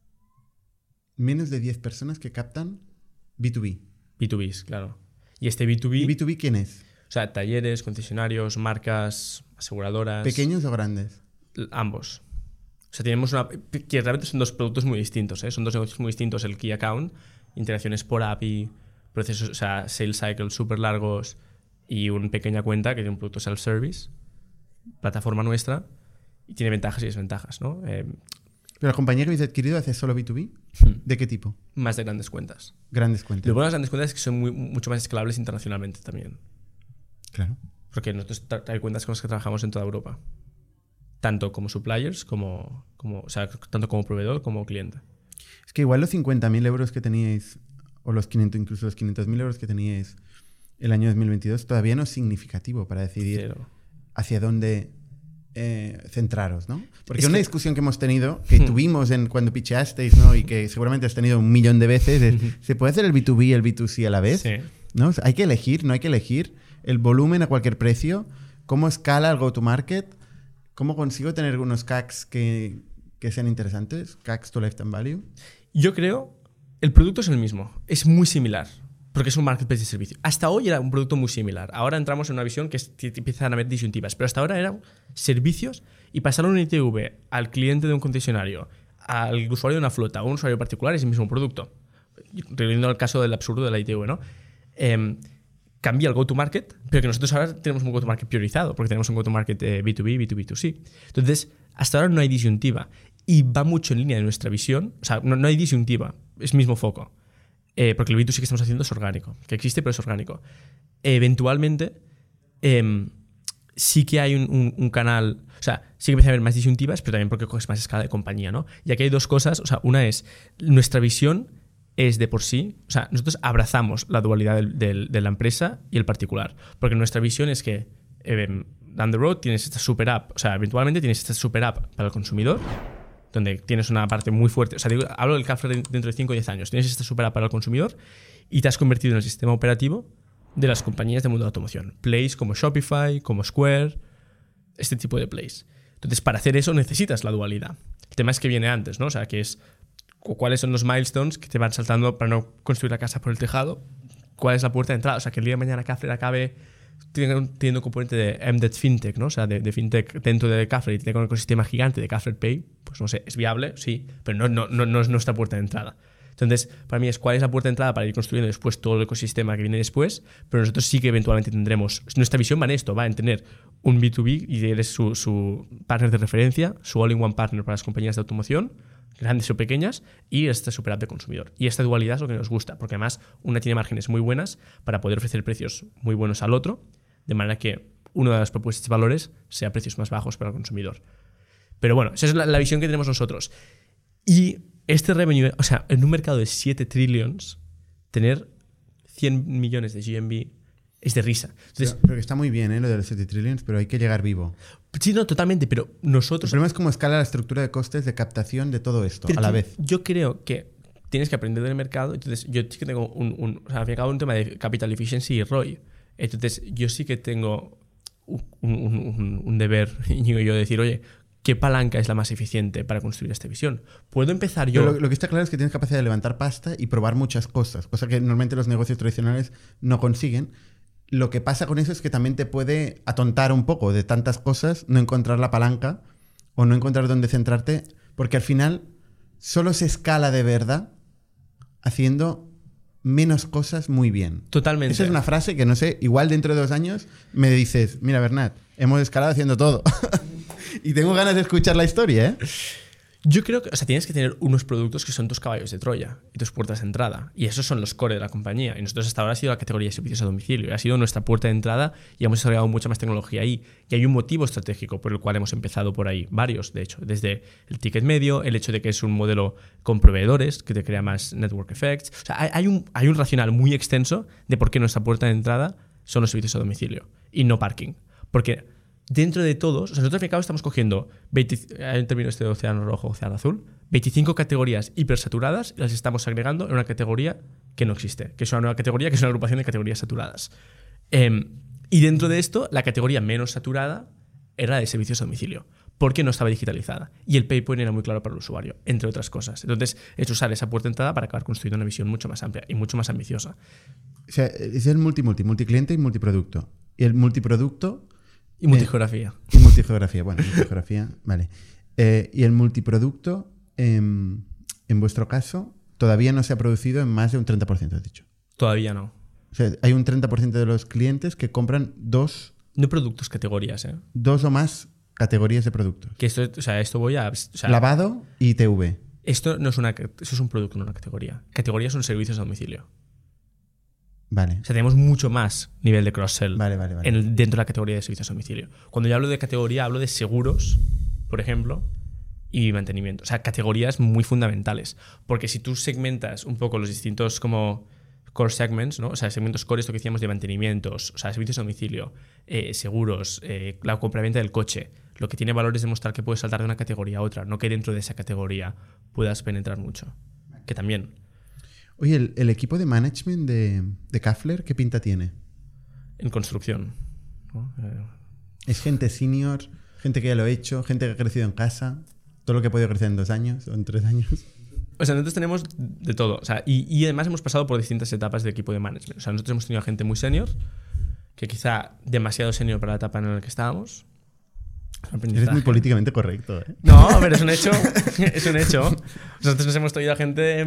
Speaker 2: Menos de diez personas que captan B dos B.
Speaker 1: B dos Bs, claro. Y este B dos B,
Speaker 2: ¿Y B dos B quién es?
Speaker 1: o sea, talleres, concesionarios, marcas, aseguradoras.
Speaker 2: ¿Pequeños o grandes?
Speaker 1: l- Ambos. O sea, tenemos una. Que realmente son dos productos muy distintos, ¿eh? Son dos negocios muy distintos. El Key Account, interacciones por A P I, procesos, o sea, sales cycles súper largos y una pequeña cuenta que tiene un producto self-service, plataforma nuestra, y tiene ventajas y desventajas, ¿no? Eh,
Speaker 2: ¿Pero la compañía que habéis adquirido hace solo B dos B? ¿De qué tipo?
Speaker 1: más de grandes cuentas.
Speaker 2: Grandes cuentas.
Speaker 1: Lo bueno de las grandes cuentas es que son muy- mucho más escalables internacionalmente también.
Speaker 2: Claro.
Speaker 1: Porque nosotros tra- hay cuentas con las que trabajamos en toda Europa. Tanto como suppliers, como, como, o sea, tanto como proveedor como cliente.
Speaker 2: Es que igual los cincuenta mil euros que teníais, o los quinientos, incluso los quinientos mil euros que teníais el año dos mil veintidós, todavía no es significativo para decidir
Speaker 1: Cero.
Speaker 2: hacia dónde eh, centraros, ¿no? Porque
Speaker 1: Es
Speaker 2: una
Speaker 1: que-
Speaker 2: discusión que hemos tenido, que
Speaker 1: Hmm.
Speaker 2: tuvimos en cuando picheasteis, ¿no? Y que seguramente has tenido un millón de veces, es, ¿se puede hacer el B dos B y el B dos C a la vez?
Speaker 1: Sí.
Speaker 2: ¿No? O sea, hay que elegir, no hay que elegir el volumen a cualquier precio, cómo escala el go-to-market, cómo consigo tener unos C A Cs que, que sean interesantes, C A Cs to lifetime value.
Speaker 1: Yo creo, el producto es el mismo, es muy similar, porque es un marketplace de servicio. Hasta hoy era un producto muy similar. Ahora entramos en una visión que es, que empiezan a haber disyuntivas, pero hasta ahora eran servicios y pasaron un I T V al cliente de un concesionario, al usuario de una flota o un usuario particular es el mismo producto. Reuniendo el caso del absurdo de la I T V, ¿no? Eh, cambia el go-to-market, pero que nosotros ahora tenemos un go-to-market priorizado, porque tenemos un go-to-market eh, B dos B, B dos B dos C. Entonces, hasta ahora no hay disyuntiva y va mucho en línea de nuestra visión. O sea, no, no hay disyuntiva, es mismo foco. Eh, porque el B dos C que estamos haciendo es orgánico, que existe, pero es orgánico. Eventualmente, eh, sí que hay un, un, un canal, o sea, sí que empieza a haber más disyuntivas, pero también porque coges más escala de compañía, ¿no? Y aquí hay dos cosas, o sea, una es nuestra visión es de por sí, o sea, nosotros abrazamos la dualidad del, del, de la empresa y el particular, porque nuestra visión es que eh, down the road tienes esta super app, o sea, eventualmente tienes esta super app para el consumidor, donde tienes una parte muy fuerte, o sea, digo, hablo del Carrefour dentro de cinco o diez años, tienes esta super app para el consumidor y te has convertido en el sistema operativo de las compañías del mundo de la automoción, plays como Shopify, como Square, este tipo de plays. Entonces, para hacer eso necesitas la dualidad. El tema es que viene antes, ¿no? O sea, que es cuáles son los milestones que te van saltando para no construir la casa por el tejado, cuál es la puerta de entrada, o sea, que el día de mañana Cafre acabe teniendo un componente de embedded fintech, ¿no? O sea, de, de fintech dentro de Cafre y tenga un ecosistema gigante de Cafre Pay, pues no sé, es viable, sí, pero no, no, no, no es nuestra puerta de entrada. Entonces, para mí es cuál es la puerta de entrada para ir construyendo después todo el ecosistema que viene después, pero nosotros sí que eventualmente tendremos, nuestra visión va en esto, va en tener un B dos B y eres su, su partner de referencia, su all-in-one partner para las compañías de automoción, grandes o pequeñas, y esta super app de consumidor. Y esta dualidad es lo que nos gusta, porque además una tiene márgenes muy buenas para poder ofrecer precios muy buenos al otro, de manera que una de las propuestas de valores sea precios más bajos para el consumidor. Pero bueno, esa es la, la visión que tenemos nosotros. Y este revenue, o sea, en un mercado de siete trillions, tener cien millones de G M V es de risa. Entonces,
Speaker 2: Pero, pero está muy bien, ¿eh? Lo de los siete trillions, pero hay que llegar vivo.
Speaker 1: sí, no, totalmente, pero
Speaker 2: El
Speaker 1: nosotros...
Speaker 2: problema es cómo escala la estructura de costes de captación de todo esto
Speaker 1: Pero
Speaker 2: a la
Speaker 1: tú-
Speaker 2: vez.
Speaker 1: Yo creo que tienes que aprender del mercado. Entonces, yo sí que tengo un, un, o sea, al fin y al cabo un tema de capital efficiency y R O I. Entonces, yo sí que tengo un, un, un, un deber, Íñigo y yo, de decir, oye, ¿qué palanca es la más eficiente para construir esta visión? ¿Puedo empezar yo?
Speaker 2: Pero lo, lo que está claro es que tienes capacidad de levantar pasta y probar muchas cosas, cosa que normalmente los negocios tradicionales no consiguen. Lo que pasa con eso es que también te puede atontar un poco de tantas cosas, no encontrar la palanca o no encontrar dónde centrarte, porque al final solo se escala de verdad haciendo menos cosas muy bien.
Speaker 1: Totalmente.
Speaker 2: Esa es una frase que, no sé, igual dentro de dos años me dices, mira, Bernat, hemos escalado haciendo todo. Y tengo ganas de escuchar la historia, ¿eh?
Speaker 1: Yo creo que, o sea, tienes que tener unos productos que son tus caballos de Troya y tus puertas de entrada. Y esos son los core de la compañía. Y nosotros hasta ahora ha sido la categoría de servicios a domicilio. Y ha sido nuestra puerta de entrada y hemos desarrollado mucha más tecnología ahí. Y hay un motivo estratégico por el cual hemos empezado por ahí. Varios, de hecho. Desde el ticket medio, el hecho de que es un modelo con proveedores, que te crea más network effects. O sea, hay, hay, un, hay un racional muy extenso de por qué nuestra puerta de entrada son los servicios a domicilio y no parking. Porque dentro de todos, o sea, nosotros al fin y al cabo estamos cogiendo veinte, hay un término este de océano rojo, océano azul, veinticinco categorías hipersaturadas y las estamos agregando en una categoría que no existe, que es una nueva categoría, que es una agrupación de categorías saturadas. Eh, y dentro de esto, la categoría menos saturada era la de servicios a domicilio, porque no estaba digitalizada. Y el pay point era muy claro para el usuario, entre otras cosas. Entonces, es usar esa puerta de entrada para acabar construyendo una visión mucho más amplia y mucho más ambiciosa.
Speaker 2: O sea, es el multi-multi, multicliente y multiproducto. Y el multiproducto...
Speaker 1: Y multigeografía.
Speaker 2: Y multigeografía, bueno, multigeografía, vale. Eh, y el multiproducto, eh, en vuestro caso, todavía no se ha producido en más de un treinta por ciento, has dicho.
Speaker 1: Todavía no.
Speaker 2: O sea, hay un treinta por ciento de los clientes que compran dos,
Speaker 1: No productos, categorías, ¿eh?
Speaker 2: dos o más categorías de productos.
Speaker 1: Que esto, o sea, esto voy a... O sea,
Speaker 2: Lavado y T V.
Speaker 1: Esto no es una, eso es un producto, no una categoría. Categorías son servicios a domicilio.
Speaker 2: Vale.
Speaker 1: O sea, tenemos mucho más nivel de cross-sell
Speaker 2: Vale, vale, vale.
Speaker 1: en el- dentro de la categoría de servicios a domicilio. Cuando yo hablo de categoría, hablo de seguros, por ejemplo, y mantenimiento. O sea, categorías muy fundamentales. Porque si tú segmentas un poco los distintos como core segments, ¿no? O sea, segmentos core, esto que decíamos de mantenimientos, o sea, servicios a domicilio, eh, seguros, eh, la compraventa del coche, lo que tiene valor es demostrar que puedes saltar de una categoría a otra, no que dentro de esa categoría puedas penetrar mucho. Que también.
Speaker 2: Oye, el, el equipo de management de, de Kafler, ¿qué pinta tiene?
Speaker 1: En construcción, ¿no? Eh,
Speaker 2: ¿Es gente senior, gente que ya lo ha hecho, gente que ha crecido en casa? ¿Todo lo que ha podido crecer en dos años o en tres años?
Speaker 1: O sea, nosotros tenemos de todo. O sea, y, y además hemos pasado por distintas etapas de equipo de management. O sea, nosotros hemos tenido gente muy senior, que quizá demasiado senior para la etapa en la que estábamos.
Speaker 2: Eres muy políticamente correcto, ¿eh?
Speaker 1: No, pero es un hecho. Es un hecho. Nosotros nos hemos traído a gente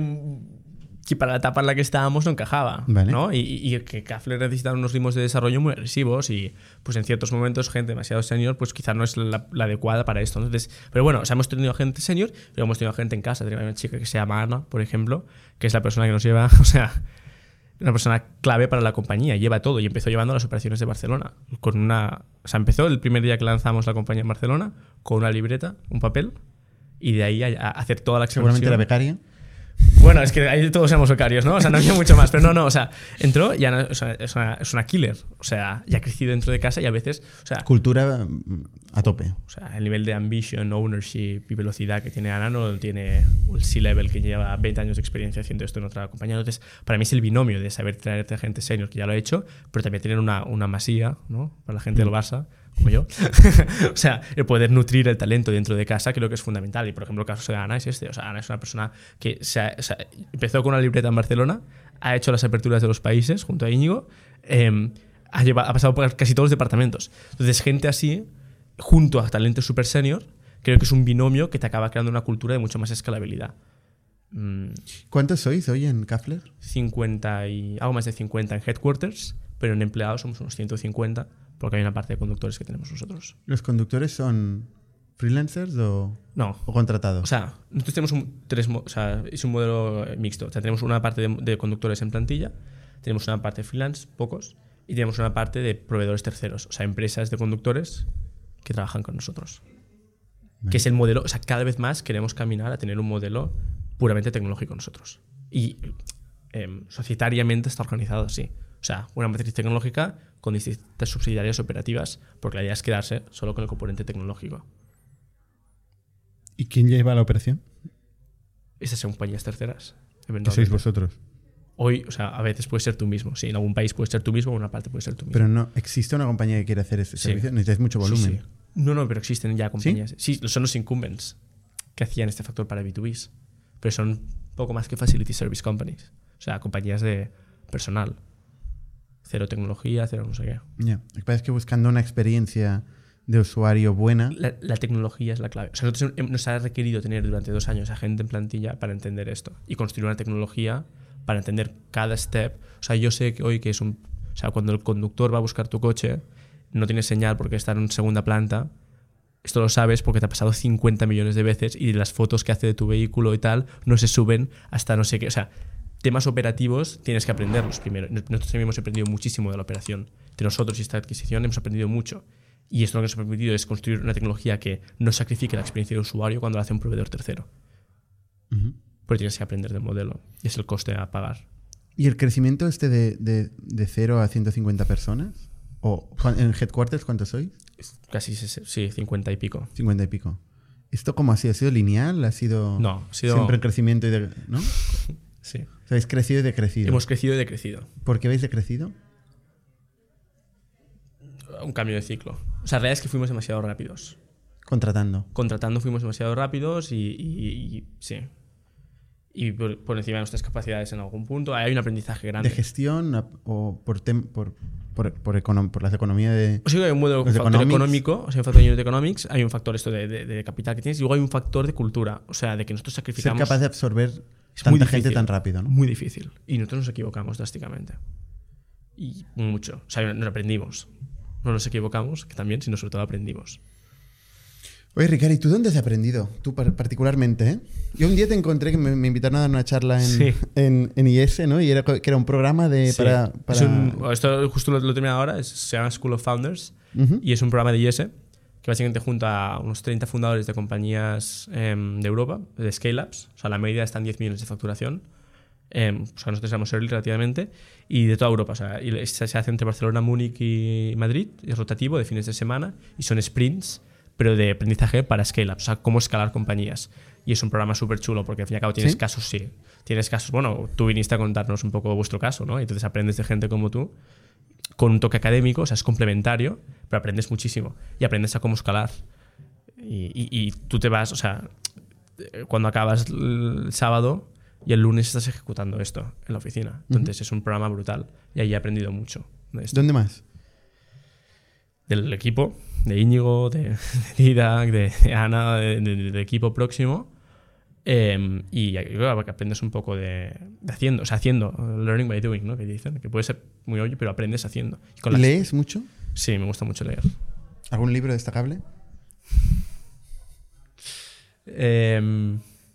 Speaker 1: que para la etapa en la que estábamos no encajaba.
Speaker 2: Vale.
Speaker 1: ¿no? Y, y que Kafler necesitaba unos ritmos de desarrollo muy agresivos y pues en ciertos momentos gente demasiado senior pues quizás no es la, la adecuada para esto. Entonces, pero bueno, o sea, hemos tenido gente senior, pero hemos tenido gente en casa. Tenemos una chica que se llama Ana, por ejemplo, que es la persona que nos lleva, o sea, una persona clave para la compañía, lleva todo y empezó llevando las operaciones de Barcelona. Con una, o sea, empezó el primer día que lanzamos la compañía en Barcelona con una libreta, un papel y de ahí a, a hacer toda la expansión.
Speaker 2: Seguramente la becaria.
Speaker 1: Bueno, es que ahí todos éramos becarios, ¿no? O sea, no había mucho más. Pero no, no, o sea, entró y ya no, o sea, es, una, es una killer. O sea, ya ha crecido dentro de casa y a veces, o sea,
Speaker 2: Cultura mm, a tope.
Speaker 1: o sea, el nivel de ambition, ownership y velocidad que tiene Ana no lo tiene el C-level que lleva veinte años de experiencia haciendo esto en otra compañía. Entonces, para mí es el binomio de saber traerte a gente senior que ya lo ha hecho, pero también tener una, una masía, ¿no? Para la gente del Barça, como yo. O sea, el poder nutrir el talento dentro de casa creo que es fundamental. Y, por ejemplo, el caso de Ana es este. O sea, Ana es una persona que se ha, o sea, empezó con una libreta en Barcelona, ha hecho las aperturas de los países junto a Íñigo, eh, ha, llevado, ha pasado por casi todos los departamentos. Entonces, gente así, junto a talento super senior, creo que es un binomio que te acaba creando una cultura de mucho más escalabilidad. Mm,
Speaker 2: ¿Cuántos sois hoy en Kafler?
Speaker 1: cincuenta y algo más de cincuenta en headquarters, pero en empleados somos unos ciento cincuenta porque hay una parte de conductores que tenemos nosotros.
Speaker 2: ¿Los conductores son freelancers o,
Speaker 1: No.
Speaker 2: o contratados?
Speaker 1: O sea, nosotros tenemos un, tres, o sea, es un modelo mixto. O sea, tenemos una parte de, de conductores en plantilla, tenemos una parte de freelance, pocos, y tenemos una parte de proveedores terceros, o sea, empresas de conductores que trabajan con nosotros.
Speaker 2: Vale.
Speaker 1: Que es el modelo, o sea, cada vez más queremos caminar a tener un modelo puramente tecnológico nosotros. Y eh, societariamente está organizado así. O sea, una matriz tecnológica con distintas subsidiarias operativas, porque la idea es quedarse solo con el componente tecnológico.
Speaker 2: ¿Y quién lleva la operación?
Speaker 1: Esas son compañías terceras.
Speaker 2: Que sois vosotros.
Speaker 1: Hoy, o sea, a veces puede ser tú mismo. Sí, en algún país puedes ser tú mismo, en una parte puede ser tú mismo.
Speaker 2: Pero no, ¿existe una compañía que quiere hacer este
Speaker 1: Sí.
Speaker 2: servicio? Necesitáis mucho volumen.
Speaker 1: Sí, sí. No, no, pero existen ya compañías. ¿Sí? Sí, son los incumbents que hacían este factor para B dos Bs. Pero son poco más que facility service companies. O sea, compañías de personal. Cero tecnología, cero no sé qué.
Speaker 2: Ya. Lo que pasa es que buscando una experiencia de usuario buena.
Speaker 1: La, la tecnología es la clave. O sea, nosotros hem- nos ha requerido tener durante dos años a gente en plantilla para entender esto y construir una tecnología para entender cada step. O sea, yo sé que hoy que es un... O sea, cuando el conductor va a buscar tu coche, no tiene señal porque está en segunda planta. Esto lo sabes porque te ha pasado cincuenta millones de veces y las fotos que hace de tu vehículo y tal no se suben hasta no sé qué. O sea, temas operativos tienes que aprenderlos primero. Nosotros también hemos aprendido muchísimo de la operación. De nosotros y esta adquisición hemos aprendido mucho. Y esto lo que nos ha permitido es construir una tecnología que no sacrifique la experiencia de usuario cuando la hace un proveedor tercero.
Speaker 2: Uh-huh.
Speaker 1: Pero tienes que aprender del modelo. Y es el coste a pagar.
Speaker 2: ¿Y el crecimiento este de, de, de cero a ciento cincuenta personas? ¿O cuán- en headquarters cuántos sois?
Speaker 1: Casi, ses- sí, cincuenta y pico.
Speaker 2: cincuenta y pico. ¿Esto cómo ha sido? ¿Ha sido lineal? ¿Ha sido,
Speaker 1: No, ha sido-
Speaker 2: siempre en crecimiento y de, ¿no?
Speaker 1: Sí.
Speaker 2: O sea, habéis crecido y decrecido.
Speaker 1: Hemos crecido y decrecido.
Speaker 2: ¿Por qué habéis decrecido?
Speaker 1: Un cambio de ciclo. O sea, la realidad es que fuimos demasiado rápidos.
Speaker 2: Contratando.
Speaker 1: Contratando fuimos demasiado rápidos y, y- y- sí. Y por, por encima de nuestras capacidades en algún punto. Hay un aprendizaje grande.
Speaker 2: ¿De gestión a- o por, tem- por, por, por, econom- por las economías de...?
Speaker 1: O sea, hay un modelo
Speaker 2: Los
Speaker 1: un factor
Speaker 2: economics.
Speaker 1: económico, o sea, un factor de unit economics, hay un factor esto de, de- de capital que tienes, y luego hay un factor de cultura, o sea, de que nosotros
Speaker 2: Ser
Speaker 1: sacrificamos.
Speaker 2: capaz de absorber
Speaker 1: Es muy
Speaker 2: tanta
Speaker 1: difícil,
Speaker 2: gente tan rápido, ¿no?
Speaker 1: Muy difícil. Y nosotros nos equivocamos drásticamente. Y mucho. O sea, nos aprendimos. No nos equivocamos, que también, sino sobre todo aprendimos.
Speaker 2: Oye, Ricard, ¿y tú dónde has aprendido? Tú par- particularmente, ¿eh? Yo un día te encontré que me, me invitaron a dar una charla en,
Speaker 1: Sí.
Speaker 2: en, en I S, ¿no? Y era, que era un programa de...
Speaker 1: Sí.
Speaker 2: para, para...
Speaker 1: Es un- esto justo lo, lo he terminado ahora, es- se llama School of Founders
Speaker 2: Ujú.
Speaker 1: y es un programa de I S que básicamente junta a unos treinta fundadores de compañías em, de Europa, de scale-ups, o sea, la media está en diez millones de facturación. Em, o sea, nosotros éramos early relativamente, y de toda Europa. O sea, y se, se hace entre Barcelona, Múnich y Madrid, es rotativo, de fines de semana, y son sprints, pero de aprendizaje para scale-ups, o sea, cómo escalar compañías. Y es un programa súper chulo, porque al fin y al cabo tienes
Speaker 2: ¿Sí?
Speaker 1: casos, sí. Tienes casos, bueno, tú viniste a contarnos un poco vuestro caso, ¿no? Y entonces aprendes de gente como tú, con un toque académico, o sea, es complementario, pero aprendes muchísimo. Y aprendes a cómo escalar. Y, y, y tú te vas, o sea, cuando acabas el sábado y el lunes estás ejecutando esto en la oficina. Entonces uh-huh. es un programa brutal y ahí he aprendido mucho de esto.
Speaker 2: ¿Dónde más?
Speaker 1: Del equipo, de Íñigo, de, de Didac, de, de Ana, de, de, del equipo próximo. Eh, y claro, que aprendes un poco de, de haciendo, o sea, haciendo, learning by doing, ¿no? Que dicen, que puede ser muy obvio, pero aprendes haciendo. Y con las...
Speaker 2: ¿Lees mucho?
Speaker 1: Sí, me gusta mucho leer.
Speaker 2: ¿Algún libro destacable?
Speaker 1: Eh,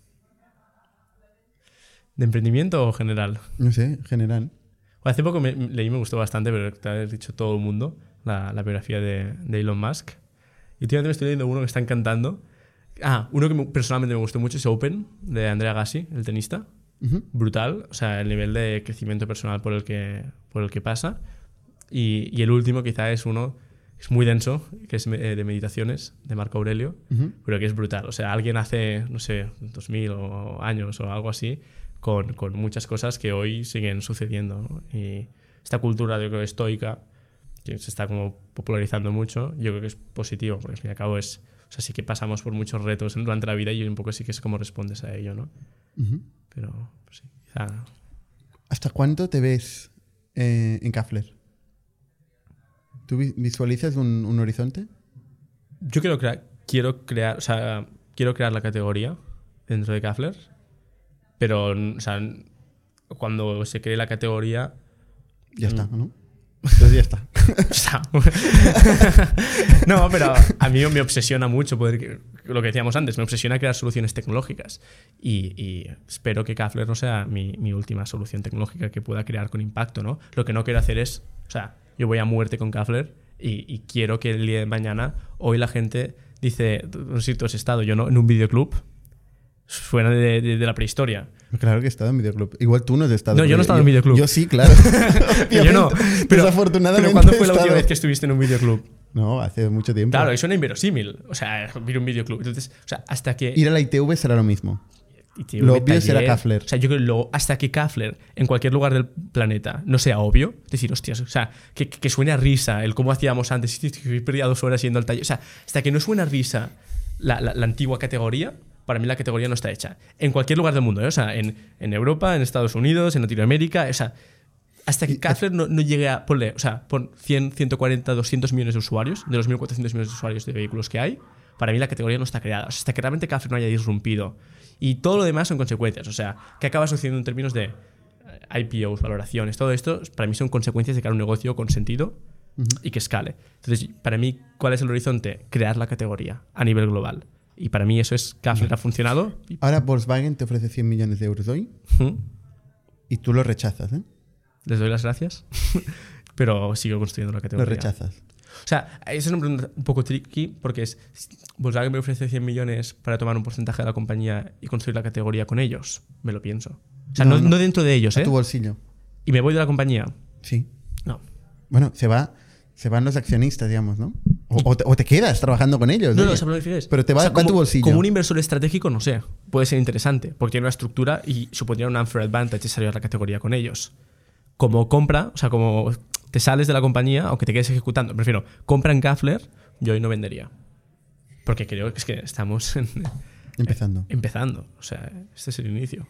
Speaker 1: ¿De emprendimiento o general?
Speaker 2: No sé, general.
Speaker 1: Hace poco me, leí, me gustó bastante, pero te has dicho todo el mundo, la, la biografía de, de Elon Musk. Y últimamente me estoy leyendo uno que está encantando. Ah, uno que me, personalmente me gustó mucho es Open, de Andrea Agassi, el tenista. Uh-huh. Brutal, o sea, el nivel de crecimiento personal por el que, por el que pasa. Y, y el último quizá es uno, es muy denso, que es de meditaciones, de Marco Aurelio, uh-huh. pero que es brutal. O sea, alguien hace, no sé, dos mil o años o algo así, con, con muchas cosas que hoy siguen sucediendo, ¿no? Y esta cultura, yo creo, estoica, que se está como popularizando mucho, yo creo que es positivo, porque al fin y al cabo es... O sea, sí que pasamos por muchos retos durante la vida y un poco sí que es cómo respondes a ello, ¿no? Uh-huh. Pero, pues sí, quizá...
Speaker 2: ¿Hasta cuánto te ves eh, en Kafler? ¿Tú visualizas un, un horizonte?
Speaker 1: Yo quiero crear, quiero crear, o sea, quiero crear la categoría dentro de Kafler, pero, o sea, cuando se cree la categoría...
Speaker 2: Ya está, ¿no? Entonces ya está.
Speaker 1: No, pero a mí me obsesiona mucho poder, lo que decíamos antes, me obsesiona crear soluciones tecnológicas y, y espero que Kafler no sea mi, mi última solución tecnológica que pueda crear con impacto, ¿no? Lo que no quiero hacer es, o sea, yo voy a muerte con Kafler y, y quiero que el día de mañana, hoy la gente dice, no sé si tú has estado, yo no, en un videoclub, suena de, de, de la prehistoria.
Speaker 2: Claro que he estado en videoclub. Igual tú no has estado.
Speaker 1: No, yo no he estado
Speaker 2: yo,
Speaker 1: en videoclub.
Speaker 2: Yo sí, claro.
Speaker 1: Yo no. Pero,
Speaker 2: desafortunadamente.
Speaker 1: Pero ¿cuándo fue la última vez que estuviste en un videoclub?
Speaker 2: No, hace mucho tiempo.
Speaker 1: Claro, eso suena inverosímil. O sea, ir a un videoclub. Entonces, o sea, hasta que...
Speaker 2: Ir a la I T V será lo mismo.
Speaker 1: I T V,
Speaker 2: lo obvio
Speaker 1: taller,
Speaker 2: será Kafler.
Speaker 1: O sea, yo creo que lo, hasta que Kafler, en cualquier lugar del planeta, no sea obvio, es decir, hostias, o sea, que, que suene a risa el cómo hacíamos antes, he perdido dos horas yendo al taller. O sea, hasta que no suene a risa la, la, la antigua categoría, para mí la categoría no está hecha. En cualquier lugar del mundo, ¿eh? O sea, en, en Europa, en Estados Unidos, en Latinoamérica, o sea, hasta que Kafler no, no llegue a, ponle, o sea, pon cien, ciento cuarenta, doscientos millones de usuarios, de los mil cuatrocientos millones de usuarios de vehículos que hay, para mí la categoría no está creada. O sea, hasta que realmente Kafler no haya disrumpido. Y todo lo demás son consecuencias. O sea, ¿qué acaba sucediendo en términos de I P Os, valoraciones? Todo esto, para mí, son consecuencias de crear un negocio con sentido uh-huh. y que escale. Entonces, para mí, ¿cuál es el horizonte? Crear la categoría a nivel global. Y para mí eso es Kafler ha funcionado.
Speaker 2: Ahora Volkswagen te ofrece cien millones de euros hoy ¿Mm? y tú lo rechazas, ¿eh?
Speaker 1: Les doy las gracias, pero sigo construyendo la categoría.
Speaker 2: Lo rechazas.
Speaker 1: O sea, eso es una pregunta un poco tricky porque es, Volkswagen me ofrece cien millones para tomar un porcentaje de la compañía y construir la categoría con ellos. Me lo pienso. O sea, no, no, no. no dentro de ellos,
Speaker 2: a
Speaker 1: ¿eh?
Speaker 2: tu bolsillo.
Speaker 1: ¿Y me voy de la compañía?
Speaker 2: Sí.
Speaker 1: No.
Speaker 2: Bueno, se va... Se van los accionistas, digamos, ¿no? O, o, te, o te quedas trabajando con ellos.
Speaker 1: No,
Speaker 2: ¿eh?
Speaker 1: no, no, no,
Speaker 2: pero te va,
Speaker 1: o sea,
Speaker 2: va
Speaker 1: como,
Speaker 2: a tu bolsillo.
Speaker 1: Como un inversor estratégico, no sé. Puede ser interesante, porque tiene una estructura y supondría un unfair advantage salir a la categoría con ellos. Como compra, o sea, como te sales de la compañía, aunque te quedes ejecutando, prefiero, compra en Kafler, yo hoy no vendería. Porque creo que es que estamos en,
Speaker 2: empezando.
Speaker 1: Eh, empezando. O sea, este es el inicio.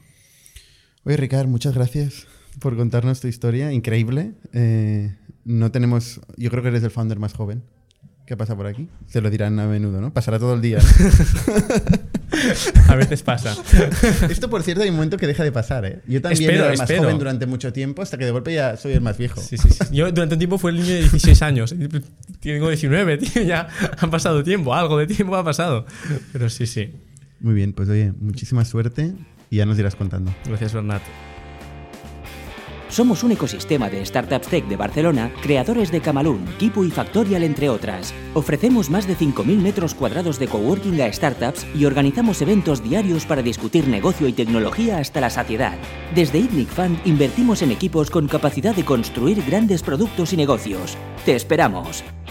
Speaker 2: Oye, Ricard, muchas gracias por contarnos tu historia. Increíble. Eh, no tenemos... Yo creo que eres el founder más joven que pasa por aquí. Se lo dirán a menudo, ¿no? Pasará todo el día.
Speaker 1: A veces pasa.
Speaker 2: Esto, por cierto, hay un momento que deja de pasar, ¿eh? Yo también
Speaker 1: Espero,
Speaker 2: era el más
Speaker 1: espero.
Speaker 2: joven durante mucho tiempo, hasta que de golpe ya soy el más viejo.
Speaker 1: Sí, sí, sí. Yo durante un tiempo fui el niño de dieciséis años. Tengo diecinueve, tío. Ya ha pasado tiempo. Algo de tiempo ha pasado. Pero sí, sí.
Speaker 2: Muy bien, pues oye, muchísima suerte y ya nos irás contando.
Speaker 1: Gracias, Bernat.
Speaker 5: Somos un ecosistema de startups tech de Barcelona, creadores de Camalún, Kipu y Factorial, entre otras. Ofrecemos más de cinco mil metros cuadrados de coworking a startups y organizamos eventos diarios para discutir negocio y tecnología hasta la saciedad. Desde ITNIC Fund invertimos en equipos con capacidad de construir grandes productos y negocios. ¡Te esperamos!